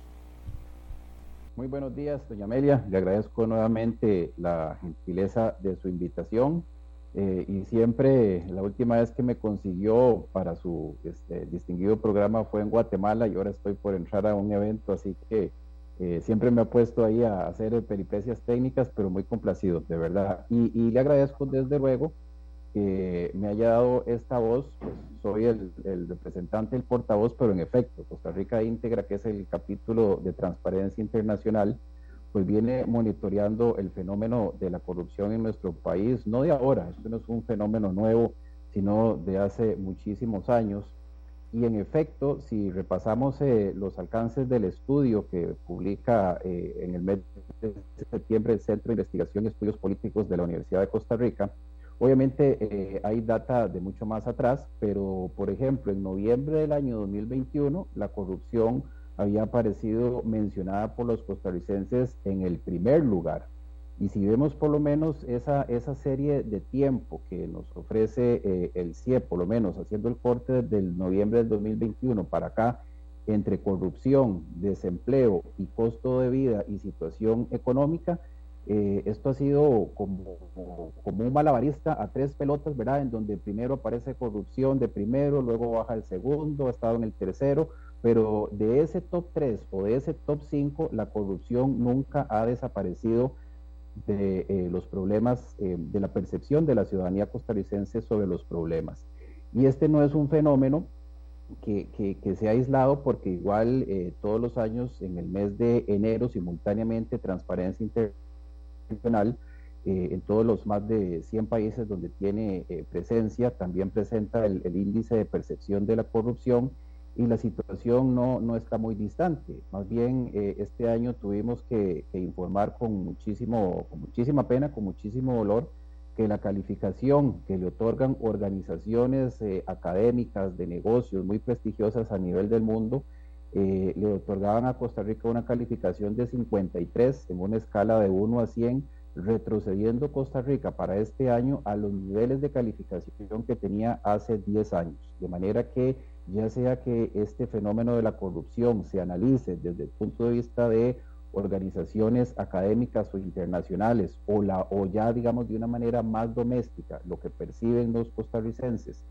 Muy buenos días, doña Amelia. Le agradezco nuevamente la gentileza de su invitación. Y siempre, la última vez que me consiguió para su distinguido programa fue en Guatemala y ahora estoy por entrar a un evento, así que siempre me ha puesto ahí a hacer peripecias técnicas, pero muy complacido, de verdad. Y le agradezco desde luego que me haya dado esta voz. Pues soy el representante, el portavoz, pero en efecto, Costa Rica Íntegra, que es el capítulo de Transparencia Internacional, pues viene monitoreando el fenómeno de la corrupción en nuestro país, no de ahora, esto no es un fenómeno nuevo, sino de hace muchísimos años. Y en efecto, si repasamos los alcances del estudio que publica en el mes de septiembre el Centro de Investigación y Estudios Políticos de la Universidad de Costa Rica, obviamente hay data de mucho más atrás, pero por ejemplo, en noviembre del año 2021, la corrupción había aparecido mencionada por los costarricenses en el primer lugar. Y si vemos por lo menos esa serie de tiempo que nos ofrece el CIE, por lo menos haciendo el corte del noviembre del 2021 para acá, entre corrupción, desempleo y costo de vida y situación económica, esto ha sido como un malabarista a tres pelotas, ¿verdad? En donde primero aparece corrupción de primero, luego baja el segundo, ha estado en el tercero, pero de ese top 3 o de ese top 5, la corrupción nunca ha desaparecido de los problemas, de la percepción de la ciudadanía costarricense sobre los problemas. Y este no es un fenómeno que se ha aislado, porque igual todos los años en el mes de enero simultáneamente Transparencia Internacional en todos los más de 100 países donde tiene presencia también presenta el índice de percepción de la corrupción, y la situación no está muy distante. Más bien este año tuvimos que informar con muchísima pena, con muchísimo dolor, que la calificación que le otorgan organizaciones académicas de negocios muy prestigiosas a nivel del mundo, le otorgaban a Costa Rica una calificación de 53 en una escala de 1 a 100, retrocediendo Costa Rica para este año a los niveles de calificación que tenía hace 10 años. De manera que ya sea que este fenómeno de la corrupción se analice desde el punto de vista de organizaciones académicas o internacionales, o ya digamos de una manera más doméstica, lo que perciben los costarricenses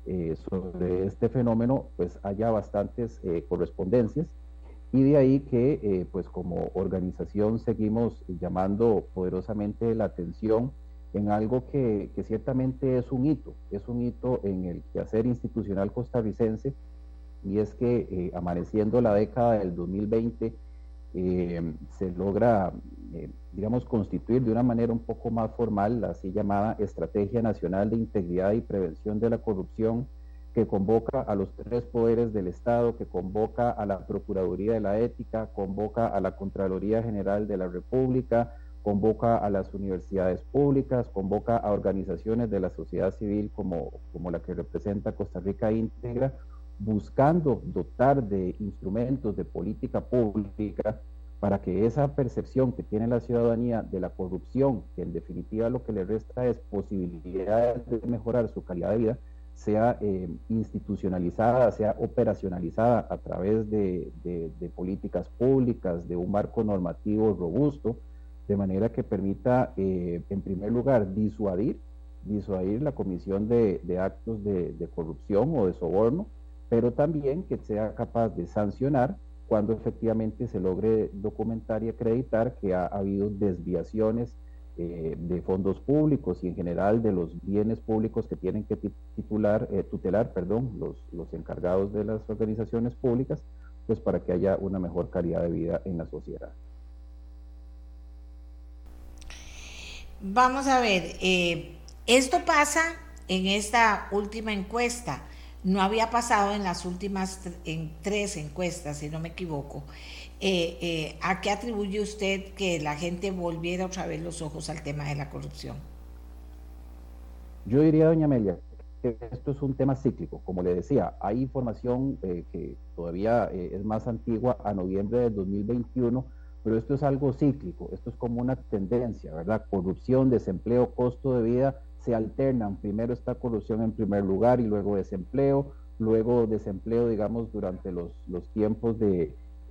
sobre este fenómeno, pues haya bastantes correspondencias, y de ahí que pues como organización seguimos llamando poderosamente la atención en algo que ciertamente es un hito en el quehacer institucional costarricense, y es que amaneciendo la década del 2020 se logra, digamos, constituir de una manera un poco más formal la así llamada Estrategia Nacional de Integridad y Prevención de la Corrupción, que convoca a los 3 poderes del Estado, que convoca a la Procuraduría de la Ética, convoca a la Contraloría General de la República, convoca a las universidades públicas, convoca a organizaciones de la sociedad civil como la que representa Costa Rica Íntegra, buscando dotar de instrumentos de política pública para que esa percepción que tiene la ciudadanía de la corrupción, que en definitiva lo que le resta es posibilidades de mejorar su calidad de vida, sea institucionalizada, sea operacionalizada a través de políticas públicas, de un marco normativo robusto, de manera que permita, en primer lugar, disuadir la comisión de actos de corrupción o de soborno, pero también que sea capaz de sancionar cuando efectivamente se logre documentar y acreditar que ha habido desviaciones de fondos públicos y en general de los bienes públicos que tienen que tutelar los encargados de las organizaciones públicas, pues para que haya una mejor calidad de vida en la sociedad. Vamos a ver, esto pasa en esta última encuesta. No había pasado en las últimas 3 encuestas, si no me equivoco. ¿A qué atribuye usted que la gente volviera otra vez los ojos al tema de la corrupción? Yo diría, doña Amelia, que esto es un tema cíclico. Como le decía, hay información que todavía es más antigua, a noviembre del 2021, pero esto es algo cíclico, esto es como una tendencia, ¿verdad? Corrupción, desempleo, costo de vida se alternan. Primero está corrupción en primer lugar y luego desempleo, digamos, durante los tiempos de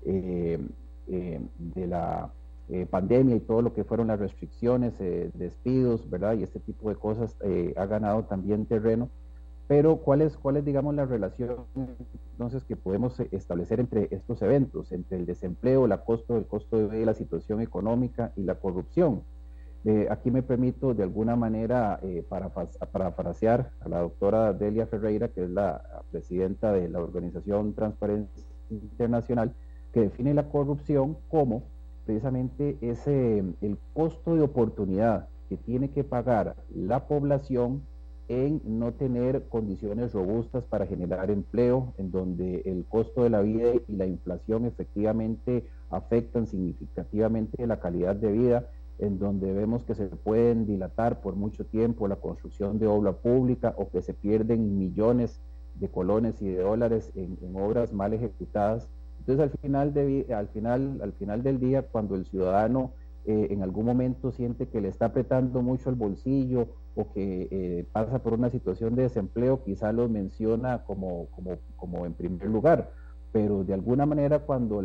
la pandemia y todo lo que fueron las restricciones, despidos, ¿verdad? Y este tipo de cosas ha ganado también terreno. Pero ¿cuál es, digamos, la relación entonces que podemos establecer entre estos eventos, entre el desempleo, el costo de vida, la situación económica y la corrupción? Aquí me permito de alguna manera parafrasear a la doctora Delia Ferreira, que es la presidenta de la organización Transparencia Internacional, que define la corrupción como precisamente el costo de oportunidad que tiene que pagar la población en no tener condiciones robustas para generar empleo, en donde el costo de la vida y la inflación efectivamente afectan significativamente la calidad de vida, en donde vemos que se pueden dilatar por mucho tiempo la construcción de obra pública o que se pierden millones de colones y de dólares en obras mal ejecutadas. Entonces al final del día, cuando el ciudadano en algún momento siente que le está apretando mucho el bolsillo o que pasa por una situación de desempleo, quizá lo menciona como en primer lugar, pero de alguna manera cuando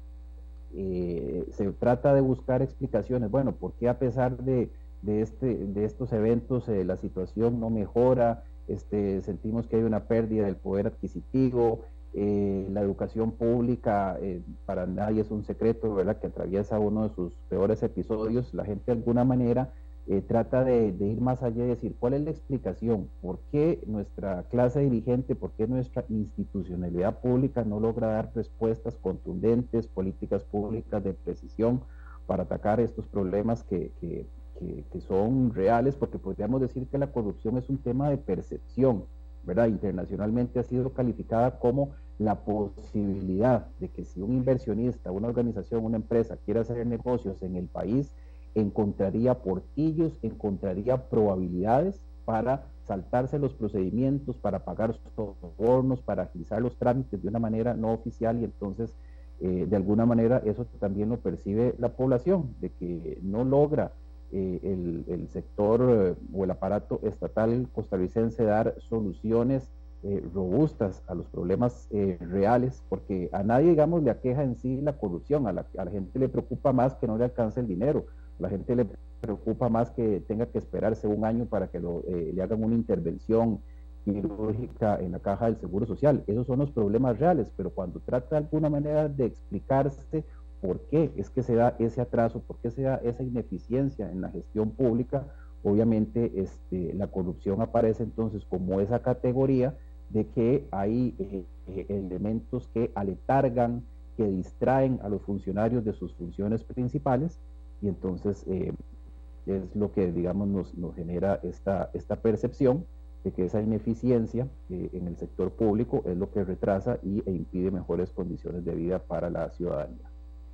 se trata de buscar explicaciones, bueno, ¿por qué a pesar de estos eventos la situación no mejora? Sentimos que hay una pérdida del poder adquisitivo, la educación pública para nadie es un secreto, ¿verdad?, que atraviesa uno de sus peores episodios. La gente de alguna manera trata de ir más allá y decir, ¿cuál es la explicación? ¿Por qué nuestra clase dirigente, por qué nuestra institucionalidad pública no logra dar respuestas contundentes, políticas públicas de precisión para atacar estos problemas que son reales? Porque podríamos decir que la corrupción es un tema de percepción, ¿verdad? Internacionalmente ha sido calificada como la posibilidad de que si un inversionista, una organización, una empresa quiere hacer negocios en el país, encontraría portillos, encontraría probabilidades para saltarse los procedimientos, para pagar sobornos, para agilizar los trámites de una manera no oficial, y entonces de alguna manera eso también lo percibe la población, de que no logra el sector o el aparato estatal costarricense dar soluciones robustas a los problemas reales, porque a nadie, digamos, le aqueja en sí la corrupción. A la gente le preocupa más que no le alcance el dinero, a la gente le preocupa más que tenga que esperarse un año para que le hagan una intervención quirúrgica en la caja del Seguro Social. Esos son los problemas reales, pero cuando trata de alguna manera de explicarse por qué es que se da ese atraso, por qué se da esa ineficiencia en la gestión pública, obviamente la corrupción aparece entonces como esa categoría de que hay elementos que aletargan, que distraen a los funcionarios de sus funciones principales, y entonces es lo que, digamos, nos genera esta percepción de que esa ineficiencia en el sector público es lo que retrasa e impide mejores condiciones de vida para la ciudadanía.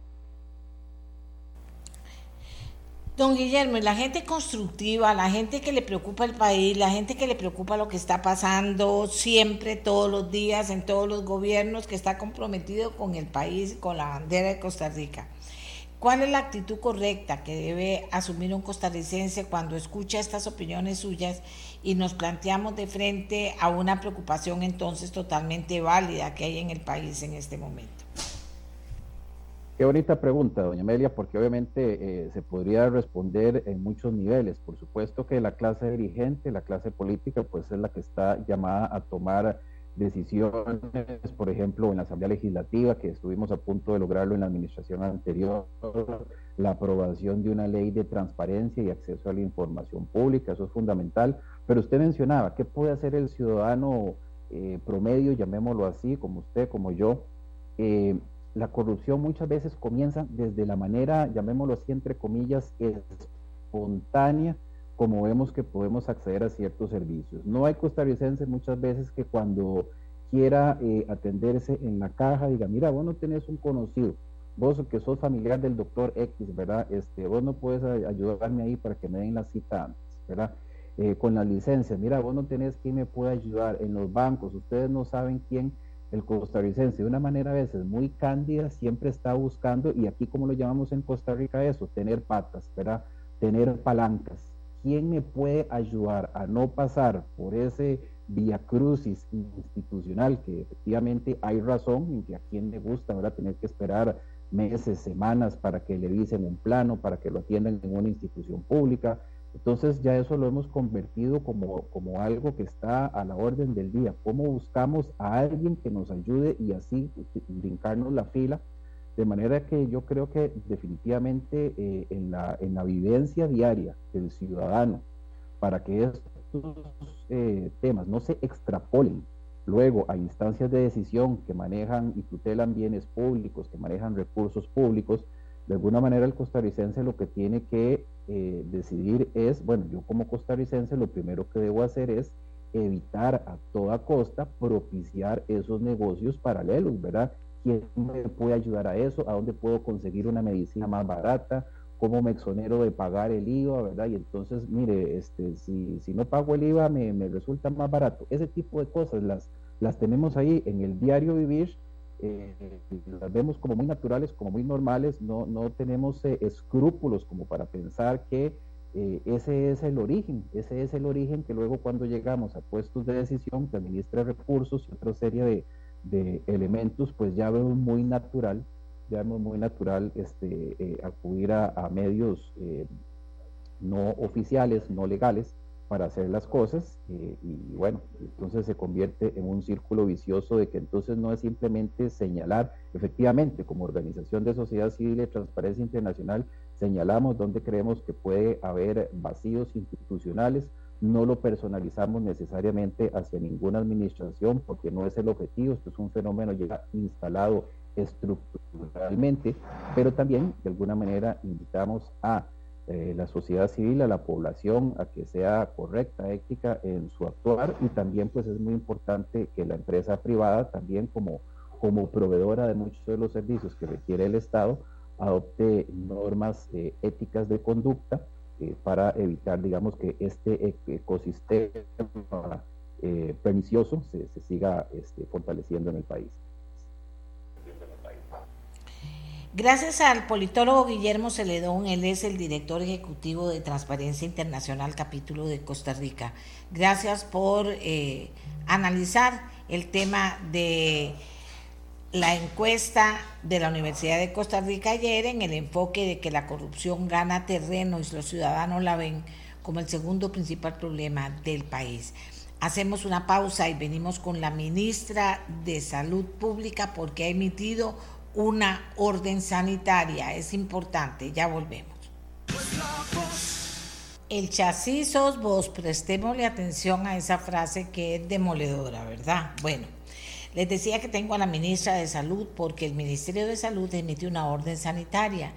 Don Guillermo, y la gente constructiva, la gente que le preocupa el país, la gente que le preocupa lo que está pasando siempre, todos los días, en todos los gobiernos, que está comprometido con el país, con la bandera de Costa Rica. ¿Cuál es la actitud correcta que debe asumir un costarricense cuando escucha estas opiniones suyas y nos planteamos de frente a una preocupación entonces totalmente válida que hay en el país en este momento? Qué bonita pregunta, doña Amelia, porque obviamente se podría responder en muchos niveles. Por supuesto que la clase dirigente, la clase política, pues es la que está llamada a tomar decisiones, por ejemplo, en la Asamblea Legislativa, que estuvimos a punto de lograrlo en la administración anterior, la aprobación de una ley de transparencia y acceso a la información pública, eso es fundamental. Pero usted mencionaba, ¿qué puede hacer el ciudadano promedio, llamémoslo así, como usted, como yo? La corrupción muchas veces comienza desde la manera, llamémoslo así, entre comillas, espontánea, como vemos que podemos acceder a ciertos servicios. No hay costarricenses muchas veces que cuando quiera atenderse en la caja diga, mira, vos no tenés un conocido, vos que sos familiar del doctor X, ¿verdad? Vos no puedes ayudarme ahí para que me den la cita antes, ¿verdad? Con las licencias, mira, vos no tenés quién me pueda ayudar en los bancos, ustedes no saben quién. El costarricense de una manera a veces muy cándida siempre está buscando, y aquí como lo llamamos en Costa Rica eso, tener patas, ¿verdad? Tener palancas. ¿Quién me puede ayudar a no pasar por ese viacrucis institucional que efectivamente hay razón en que a quien le gusta, ¿verdad? Tener que esperar meses, semanas para que le dicen un plano, para que lo atiendan en una institución pública? Entonces ya eso lo hemos convertido como algo que está a la orden del día. ¿Cómo buscamos a alguien que nos ayude y así brincarnos la fila? De manera que yo creo que definitivamente en la vivencia diaria del ciudadano, para que estos temas no se extrapolen luego a instancias de decisión que manejan y tutelan bienes públicos, que manejan recursos públicos, de alguna manera el costarricense lo que tiene que decidir es, bueno, yo como costarricense lo primero que debo hacer es evitar a toda costa propiciar esos negocios paralelos, ¿verdad? ¿Quién me puede ayudar a eso? ¿A dónde puedo conseguir una medicina más barata? ¿Cómo me exonero de pagar el IVA, verdad? Y entonces, mire, si no pago el IVA me resulta más barato. Ese tipo de cosas las tenemos ahí en el diario vivir. Las vemos como muy naturales, como muy normales, no tenemos escrúpulos como para pensar que ese es el origen que luego cuando llegamos a puestos de decisión que administra recursos y otra serie de elementos, pues ya vemos muy natural acudir a medios no oficiales, no legales, para hacer las cosas, y bueno, entonces se convierte en un círculo vicioso de que entonces no es simplemente señalar, efectivamente, como organización de sociedad civil y transparencia internacional, señalamos dónde creemos que puede haber vacíos institucionales, no lo personalizamos necesariamente hacia ninguna administración, porque no es el objetivo, esto es un fenómeno ya instalado estructuralmente, pero también de alguna manera invitamos a la sociedad civil, a la población, a que sea correcta, ética en su actuar, y también pues es muy importante que la empresa privada también como proveedora de muchos de los servicios que requiere el Estado, adopte normas éticas de conducta para evitar, digamos, que este ecosistema pernicioso se siga fortaleciendo en el país. Gracias al politólogo Guillermo Celedón, él es el director ejecutivo de Transparencia Internacional Capítulo de Costa Rica. Gracias por analizar el tema de la encuesta de la Universidad de Costa Rica ayer en el enfoque de que la corrupción gana terreno y los ciudadanos la ven como el segundo principal problema del país. Hacemos una pausa y venimos con la ministra de Salud Pública porque ha emitido una orden sanitaria. Es importante, ya volvemos. El chasis sos vos, prestémosle atención a esa frase que es demoledora, ¿verdad? Bueno, les decía que tengo a la ministra de Salud porque el Ministerio de Salud emitió una orden sanitaria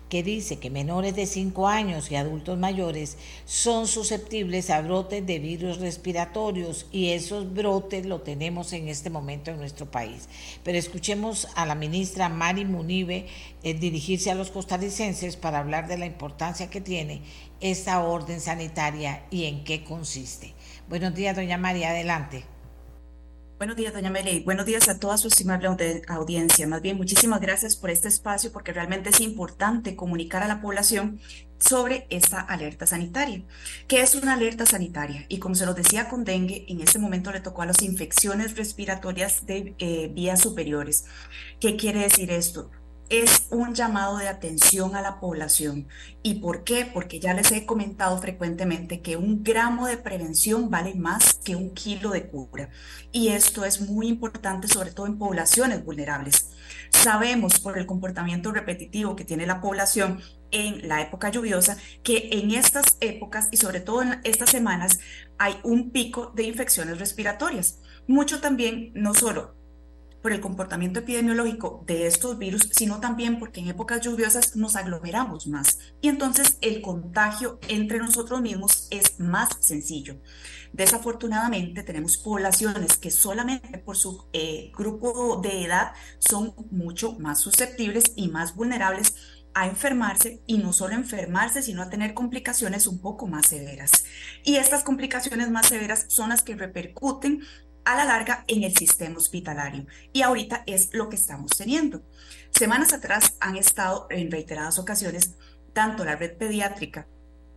que dice que menores de 5 años y adultos mayores son susceptibles a brotes de virus respiratorios, y esos brotes lo tenemos en este momento en nuestro país. Pero escuchemos a la ministra Mari Munive dirigirse a los costarricenses para hablar de la importancia que tiene esta orden sanitaria y en qué consiste. Buenos días, doña María, adelante. Buenos días, doña Meli. Buenos días a toda su estimable audiencia. Más bien, muchísimas gracias por este espacio, porque realmente es importante comunicar a la población sobre esta alerta sanitaria. ¿Qué es una alerta sanitaria? Y como se los decía con dengue, en este momento le tocó a las infecciones respiratorias de vías superiores. ¿Qué quiere decir esto? Es un llamado de atención a la población. ¿Y por qué? Porque ya les he comentado frecuentemente que 1 gramo de prevención vale más que 1 kilo de cura. Y esto es muy importante, sobre todo en poblaciones vulnerables. Sabemos por el comportamiento repetitivo que tiene la población en la época lluviosa, que en estas épocas y sobre todo en estas semanas hay un pico de infecciones respiratorias. Mucho también, no solo por el comportamiento epidemiológico de estos virus, sino también porque en épocas lluviosas nos aglomeramos más y entonces el contagio entre nosotros mismos es más sencillo. Desafortunadamente tenemos poblaciones que solamente por su grupo de edad son mucho más susceptibles y más vulnerables a enfermarse, y no solo enfermarse, sino a tener complicaciones un poco más severas. Y estas complicaciones más severas son las que repercuten a la larga en el sistema hospitalario. Y ahorita es lo que estamos teniendo. Semanas atrás han estado en reiteradas ocasiones tanto la red pediátrica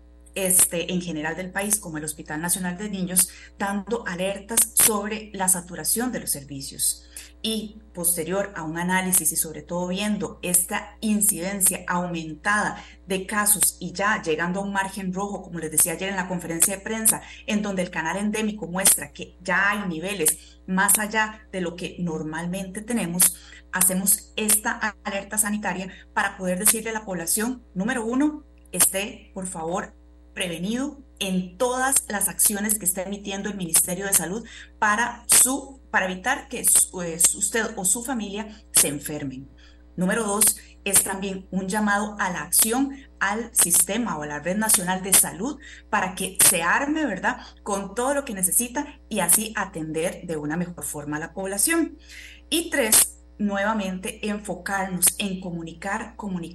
en general del país como el Hospital Nacional de Niños dando alertas sobre la saturación de los servicios. Y posterior a un análisis y sobre todo viendo esta incidencia aumentada de casos y ya llegando a un margen rojo, como les decía ayer en la conferencia de prensa, en donde el canal endémico muestra que ya hay niveles más allá de lo que normalmente tenemos, hacemos esta alerta sanitaria para poder decirle a la población, número 1, esté por favor prevenido en todas las acciones que está emitiendo el Ministerio de Salud para evitar que usted o su familia se enfermen. Número 2, es también un llamado a la acción al sistema o a la Red Nacional de Salud para que se arme, ¿verdad?, con todo lo que necesita y así atender de una mejor forma a la población. Y 3, nuevamente enfocarnos en comunicar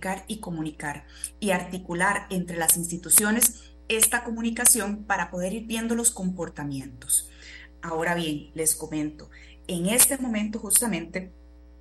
y articular entre las instituciones esta comunicación para poder ir viendo los comportamientos. Ahora bien, les comento, en este momento justamente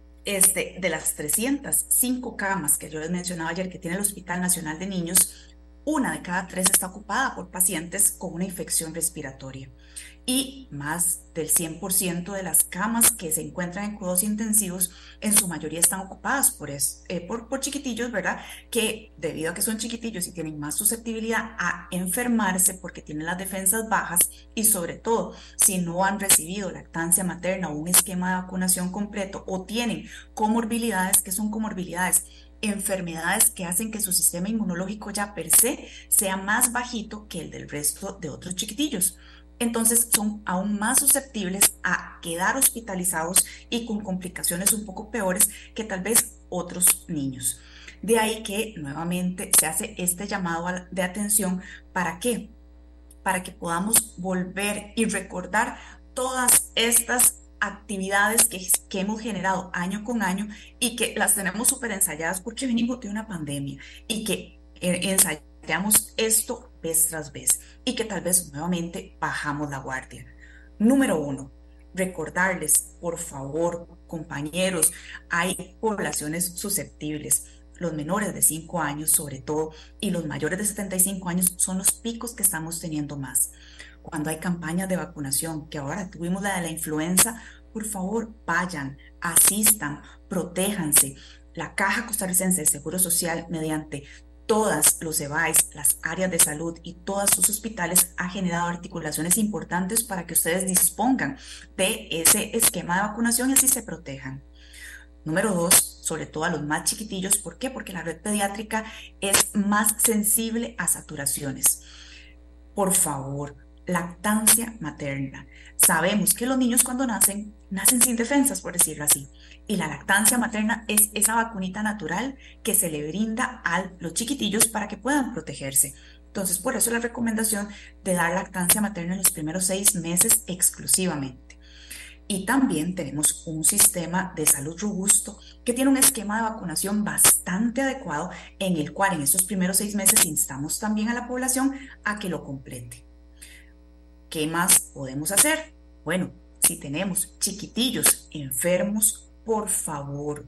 de las 305 camas que yo les mencionaba ayer que tiene el Hospital Nacional de Niños, 1 de cada 3 está ocupada por pacientes con una infección respiratoria. Y más del 100% de las camas que se encuentran en cuidados intensivos, en su mayoría están ocupadas por chiquitillos, ¿verdad? Que debido a que son chiquitillos y tienen más susceptibilidad a enfermarse porque tienen las defensas bajas y sobre todo si no han recibido lactancia materna o un esquema de vacunación completo o tienen comorbilidades. ¿Qué son comorbilidades? Enfermedades que hacen que su sistema inmunológico ya per se sea más bajito que el del resto de otros chiquitillos. Entonces son aún más susceptibles a quedar hospitalizados y con complicaciones un poco peores que tal vez otros niños. De ahí que nuevamente se hace este llamado de atención. ¿Para qué? Para que podamos volver y recordar todas estas actividades que hemos generado año con año y que las tenemos súper ensayadas porque venimos de una pandemia y que ensayamos esto vez tras vez y que tal vez nuevamente bajamos la guardia. Número 1, recordarles, por favor, compañeros, hay poblaciones susceptibles. Los menores de 5 años sobre todo y los mayores de 75 años son los picos que estamos teniendo más. Cuando hay campañas de vacunación, que ahora tuvimos la de la influenza, por favor vayan, asistan, protéjanse. La Caja Costarricense de Seguro Social, mediante todas los EBAIS, las áreas de salud y todos sus hospitales, ha generado articulaciones importantes para que ustedes dispongan de ese esquema de vacunación y así se protejan. Número 2, sobre todo a los más chiquitillos. ¿Por qué? Porque la red pediátrica es más sensible a saturaciones. Por favor, Lactancia materna. Sabemos que los niños cuando nacen sin defensas, por decirlo así. Y la lactancia materna es esa vacunita natural que se le brinda a los chiquitillos para que puedan protegerse. Entonces, por eso la recomendación de dar lactancia materna en los primeros 6 meses exclusivamente. Y también tenemos un sistema de salud robusto que tiene un esquema de vacunación bastante adecuado en el cual en estos primeros 6 meses instamos también a la población a que lo complete. ¿Qué más podemos hacer? Bueno, si tenemos chiquitillos enfermos, por favor,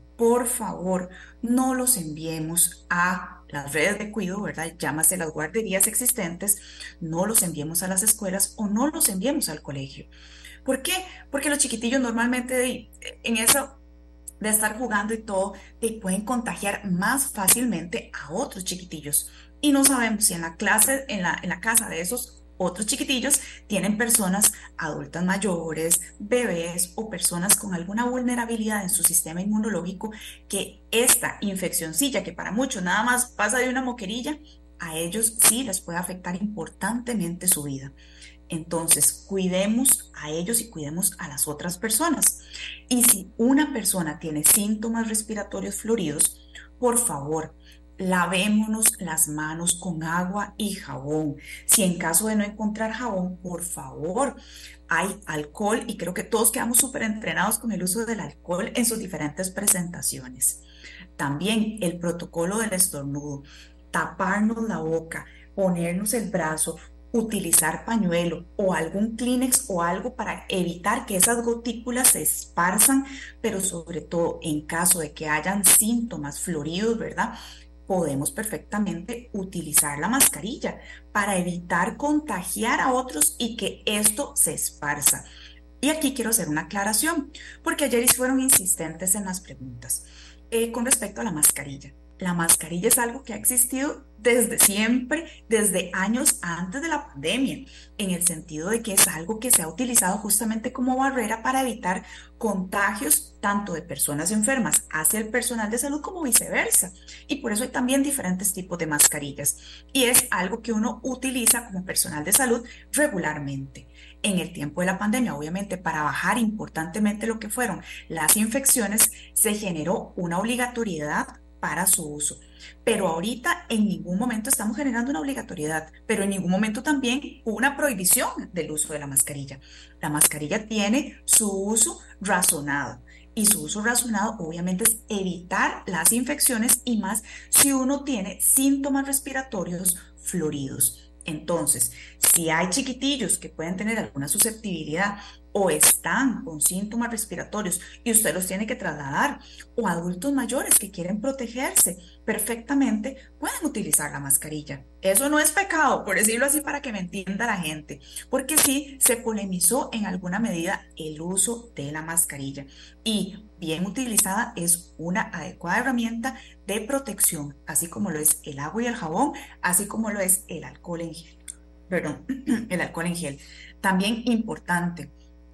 no los enviemos a las redes de cuidado, ¿verdad? Llámase las guarderías existentes, no los enviemos a las escuelas o no los enviemos al colegio. ¿Por qué? Porque los chiquitillos normalmente en eso de estar jugando y todo, pueden contagiar más fácilmente a otros chiquitillos. Y no sabemos si en la clase, en la casa de esos otros chiquitillos tienen personas adultas mayores, bebés o personas con alguna vulnerabilidad en su sistema inmunológico, que esta infeccioncilla, que para muchos nada más pasa de una moquerilla, a ellos sí les puede afectar importantemente su vida. Entonces, cuidemos a ellos y cuidemos a las otras personas. Y si una persona tiene síntomas respiratorios floridos, por favor, lavémonos las manos con agua y jabón. Si en caso de no encontrar jabón, por favor, hay alcohol y creo que todos quedamos súper entrenados con el uso del alcohol en sus diferentes presentaciones. También el protocolo del estornudo, taparnos la boca, ponernos el brazo, utilizar pañuelo o algún Kleenex o algo para evitar que esas gotículas se esparzan, pero sobre todo en caso de que hayan síntomas floridos, ¿verdad? Podemos perfectamente utilizar la mascarilla para evitar contagiar a otros y que esto se esparza. Y aquí quiero hacer una aclaración, porque ayer fueron insistentes en las preguntas con respecto a la mascarilla. La mascarilla es algo que ha existido desde siempre, desde años antes de la pandemia, en el sentido de que es algo que se ha utilizado justamente como barrera para evitar contagios tanto de personas enfermas hacia el personal de salud como viceversa. Y por eso hay también diferentes tipos de mascarillas. Y es algo que uno utiliza como personal de salud regularmente. En el tiempo de la pandemia, obviamente, para bajar importantemente lo que fueron las infecciones, se generó una obligatoriedad para su uso. Pero ahorita en ningún momento estamos generando una obligatoriedad, pero en ningún momento también una prohibición del uso de la mascarilla. La mascarilla tiene su uso razonado y su uso razonado obviamente es evitar las infecciones y más si uno tiene síntomas respiratorios floridos. Entonces, si hay chiquitillos que pueden tener alguna susceptibilidad o están con síntomas respiratorios y usted los tiene que trasladar, o adultos mayores que quieren protegerse perfectamente, pueden utilizar la mascarilla. Eso no es pecado, por decirlo así, para que me entienda la gente, porque sí se polemizó en alguna medida el uso de la mascarilla y bien utilizada es una adecuada herramienta de protección, así como lo es el agua y el jabón, así como lo es el alcohol en gel. Perdón, el alcohol en gel. También importante,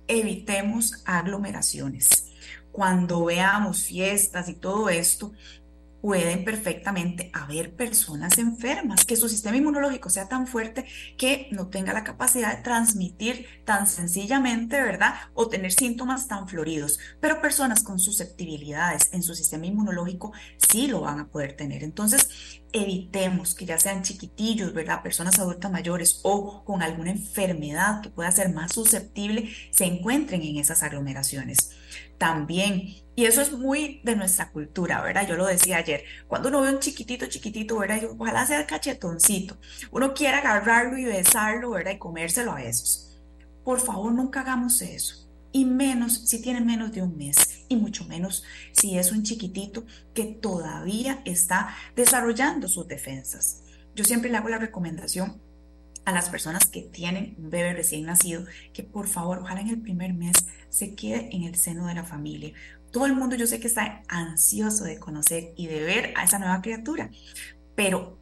evitemos aglomeraciones. Cuando veamos fiestas y todo esto, pueden perfectamente haber personas enfermas, que su sistema inmunológico sea tan fuerte que no tenga la capacidad de transmitir tan sencillamente, ¿verdad? O tener síntomas tan floridos. Pero personas con susceptibilidades en su sistema inmunológico sí lo van a poder tener. Entonces, evitemos que ya sean chiquitillos, ¿verdad? Personas adultas mayores o con alguna enfermedad que pueda ser más susceptible, se encuentren en esas aglomeraciones. También, y eso es muy de nuestra cultura, ¿verdad? Yo lo decía ayer, cuando uno ve un chiquitito, ¿verdad? Ojalá sea cachetoncito, uno quiere agarrarlo y besarlo, ¿verdad? Y comérselo a besos. Por favor, nunca hagamos eso. Y menos si tiene menos de un mes, y mucho menos si es un chiquitito que todavía está desarrollando sus defensas. Yo siempre le hago la recomendación a las personas que tienen un bebé recién nacido, que por favor, ojalá en el primer mes se quede en el seno de la familia. Todo el mundo yo sé que está ansioso de conocer y de ver a esa nueva criatura, pero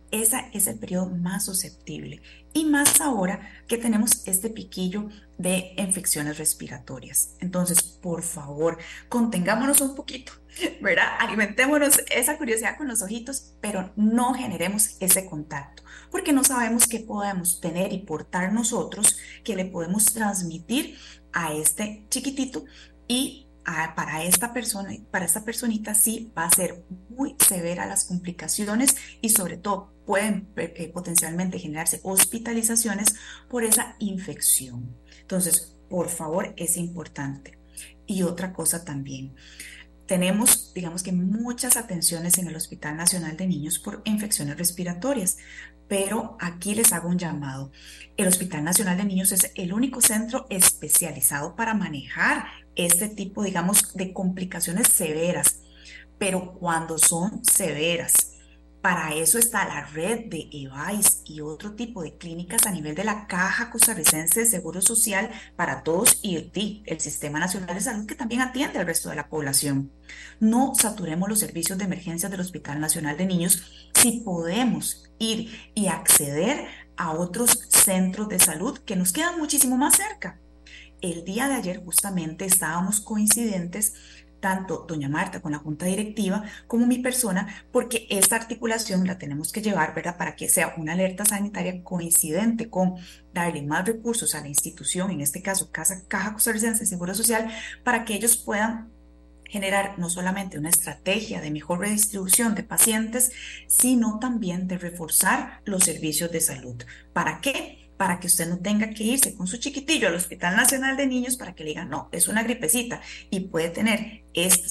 Ese es el periodo más susceptible. Y más ahora que tenemos este piquillo de infecciones respiratorias. Entonces, por favor, contengámonos un poquito, ¿verdad? Alimentémonos esa curiosidad con los ojitos, pero no generemos ese contacto, porque no sabemos qué podemos tener y portar nosotros que le podemos transmitir a este chiquitito y para esta persona, para esta personita sí va a ser muy severa las complicaciones y sobre todo pueden potencialmente generarse hospitalizaciones por esa infección. Entonces, por favor, es importante. Y otra cosa también, tenemos, digamos que muchas atenciones en el Hospital Nacional de Niños por infecciones respiratorias, pero aquí les hago un llamado. El Hospital Nacional de Niños es el único centro especializado para manejar este tipo, digamos, de complicaciones severas, pero cuando son severas, para eso está la red de EVAIS y otro tipo de clínicas a nivel de la Caja Costarricense de Seguro Social para todos y el Sistema Nacional de Salud que también atiende al resto de la población. No saturemos los servicios de emergencias del Hospital Nacional de Niños si podemos ir y acceder a otros centros de salud que nos quedan muchísimo más cerca. El día de ayer justamente estábamos coincidentes tanto doña Marta con la junta directiva como mi persona, porque esta articulación la tenemos que llevar, ¿verdad?, para que sea una alerta sanitaria coincidente con darle más recursos a la institución, en este caso Caja Costarricense de Seguro Social, para que ellos puedan generar no solamente una estrategia de mejor redistribución de pacientes, sino también de reforzar los servicios de salud. ¿Para qué? Para que usted no tenga que irse con su chiquitillo al Hospital Nacional de Niños para que le digan, no, es una gripecita y puede tener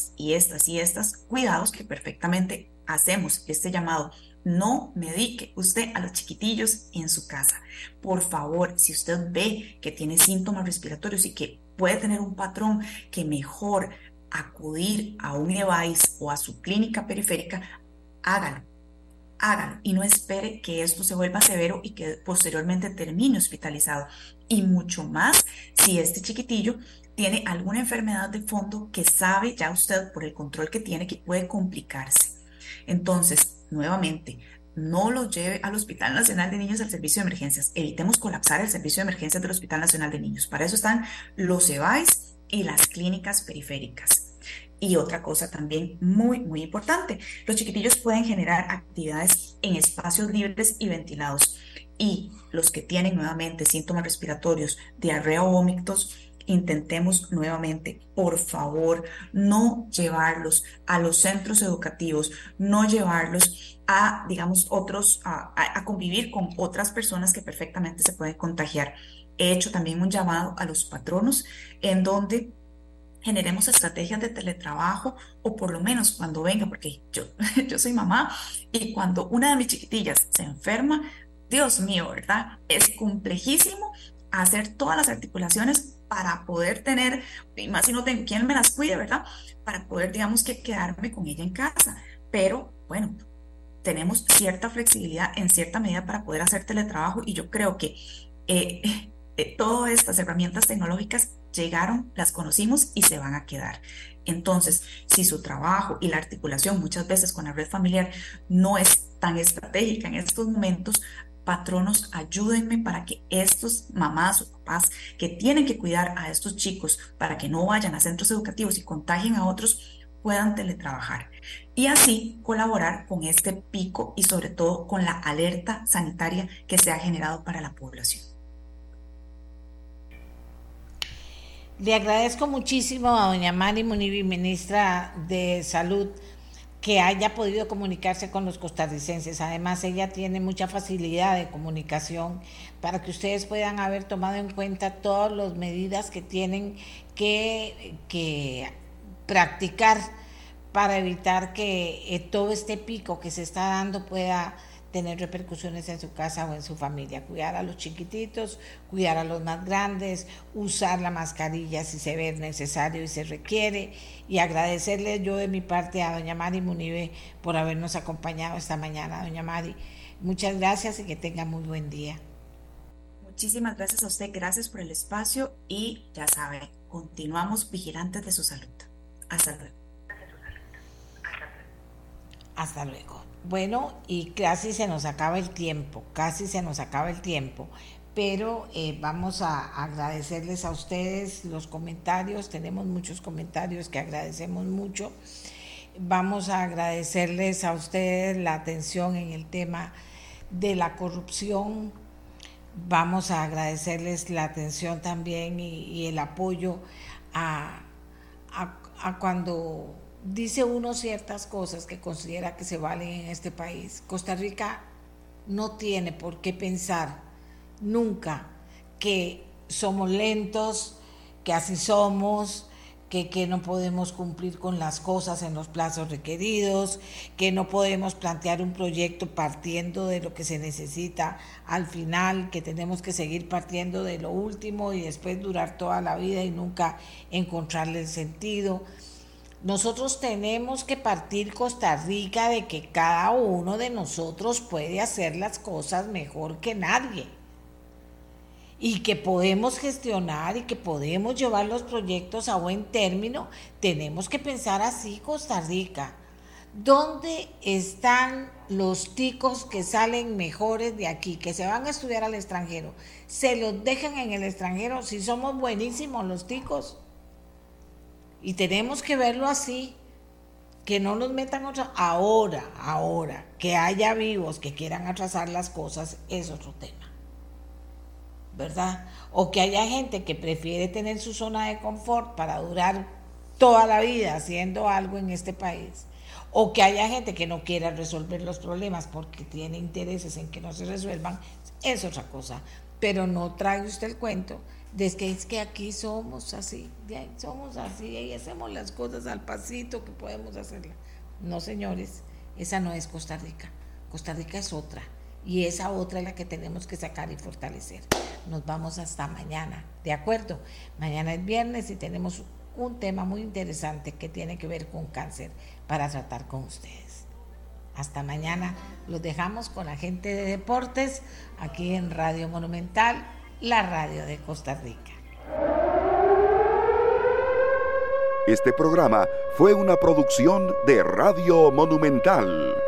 estas cuidados que perfectamente hacemos este llamado. No medique usted a los chiquitillos en su casa. Por favor, si usted ve que tiene síntomas respiratorios y que puede tener un patrón que mejor acudir a un EVAIS o a su clínica periférica, hágalo y no espere que esto se vuelva severo y que posteriormente termine hospitalizado. Y mucho más si este chiquitillo tiene alguna enfermedad de fondo que sabe ya usted por el control que tiene que puede complicarse. Entonces, nuevamente, no lo lleve al Hospital Nacional de Niños al servicio de emergencias. Evitemos colapsar el servicio de emergencias del Hospital Nacional de Niños. Para eso están los EVAIS y las clínicas periféricas. Y otra cosa también muy, muy importante, los chiquitillos pueden generar actividades en espacios libres y ventilados. Y los que tienen nuevamente síntomas respiratorios, diarrea o vómitos, intentemos nuevamente, por favor, no llevarlos a los centros educativos, no llevarlos a, digamos, a convivir con otras personas que perfectamente se pueden contagiar. He hecho también un llamado a los patronos en donde generemos estrategias de teletrabajo o por lo menos cuando venga, porque yo soy mamá y cuando una de mis chiquitillas se enferma, Dios mío, ¿verdad? Es complejísimo hacer todas las articulaciones para poder tener, y más si no tengo quien me las cuide, ¿verdad? Para poder, digamos, que quedarme con ella en casa. Pero bueno, tenemos cierta flexibilidad en cierta medida para poder hacer teletrabajo y yo creo que todas estas herramientas tecnológicas llegaron, las conocimos y se van a quedar. Entonces, si su trabajo y la articulación muchas veces con la red familiar no es tan estratégica en estos momentos, patronos, ayúdenme para que estos mamás o papás que tienen que cuidar a estos chicos para que no vayan a centros educativos y contagien a otros, puedan teletrabajar y así colaborar con este pico y sobre todo con la alerta sanitaria que se ha generado para la población. Le agradezco muchísimo a doña Mari Munivi, ministra de Salud, que haya podido comunicarse con los costarricenses. Además, ella tiene mucha facilidad de comunicación para que ustedes puedan haber tomado en cuenta todas las medidas que tienen que practicar para evitar que todo este pico que se está dando pueda tener repercusiones en su casa o en su familia. Cuidar a los chiquititos, cuidar a los más grandes, usar la mascarilla si se ve necesario y se requiere, y agradecerle yo de mi parte a doña Mari Munive por habernos acompañado esta mañana. Doña Mari, muchas gracias y que tenga muy buen día. Muchísimas gracias a usted, gracias por el espacio y ya sabe, continuamos vigilantes de su salud. Hasta luego. Hasta luego. Bueno, y casi se nos acaba el tiempo, pero vamos a agradecerles a ustedes los comentarios, tenemos muchos comentarios que agradecemos mucho. Vamos a agradecerles a ustedes la atención en el tema de la corrupción. Vamos a agradecerles la atención también y el apoyo a cuando dice uno ciertas cosas que considera que se valen en este país. Costa Rica no tiene por qué pensar nunca que somos lentos, que así somos, que no podemos cumplir con las cosas en los plazos requeridos, que no podemos plantear un proyecto partiendo de lo que se necesita al final, que tenemos que seguir partiendo de lo último y después durar toda la vida y nunca encontrarle el sentido. Nosotros tenemos que partir Costa Rica de que cada uno de nosotros puede hacer las cosas mejor que nadie y que podemos gestionar y que podemos llevar los proyectos a buen término. Tenemos que pensar así, Costa Rica. ¿Dónde están los ticos que salen mejores de aquí, que se van a estudiar al extranjero? ¿Se los dejan en el extranjero si somos buenísimos los ticos? Y tenemos que verlo así, que no nos metan otra. Ahora, que haya vivos que quieran atrasar las cosas es otro tema, ¿verdad? O que haya gente que prefiere tener su zona de confort para durar toda la vida haciendo algo en este país, o que haya gente que no quiera resolver los problemas porque tiene intereses en que no se resuelvan, es otra cosa. Pero no trae usted el cuento de que es que aquí somos así y hacemos las cosas al pasito que podemos hacerlas. No, señores, esa no es Costa Rica. Costa Rica es otra. Y esa otra es la que tenemos que sacar y fortalecer. Nos vamos hasta mañana, ¿de acuerdo? Mañana es viernes y tenemos un tema muy interesante que tiene que ver con cáncer para tratar con ustedes. Hasta mañana. Los dejamos con la gente de deportes aquí en Radio Monumental, la radio de Costa Rica. Este programa fue una producción de Radio Monumental.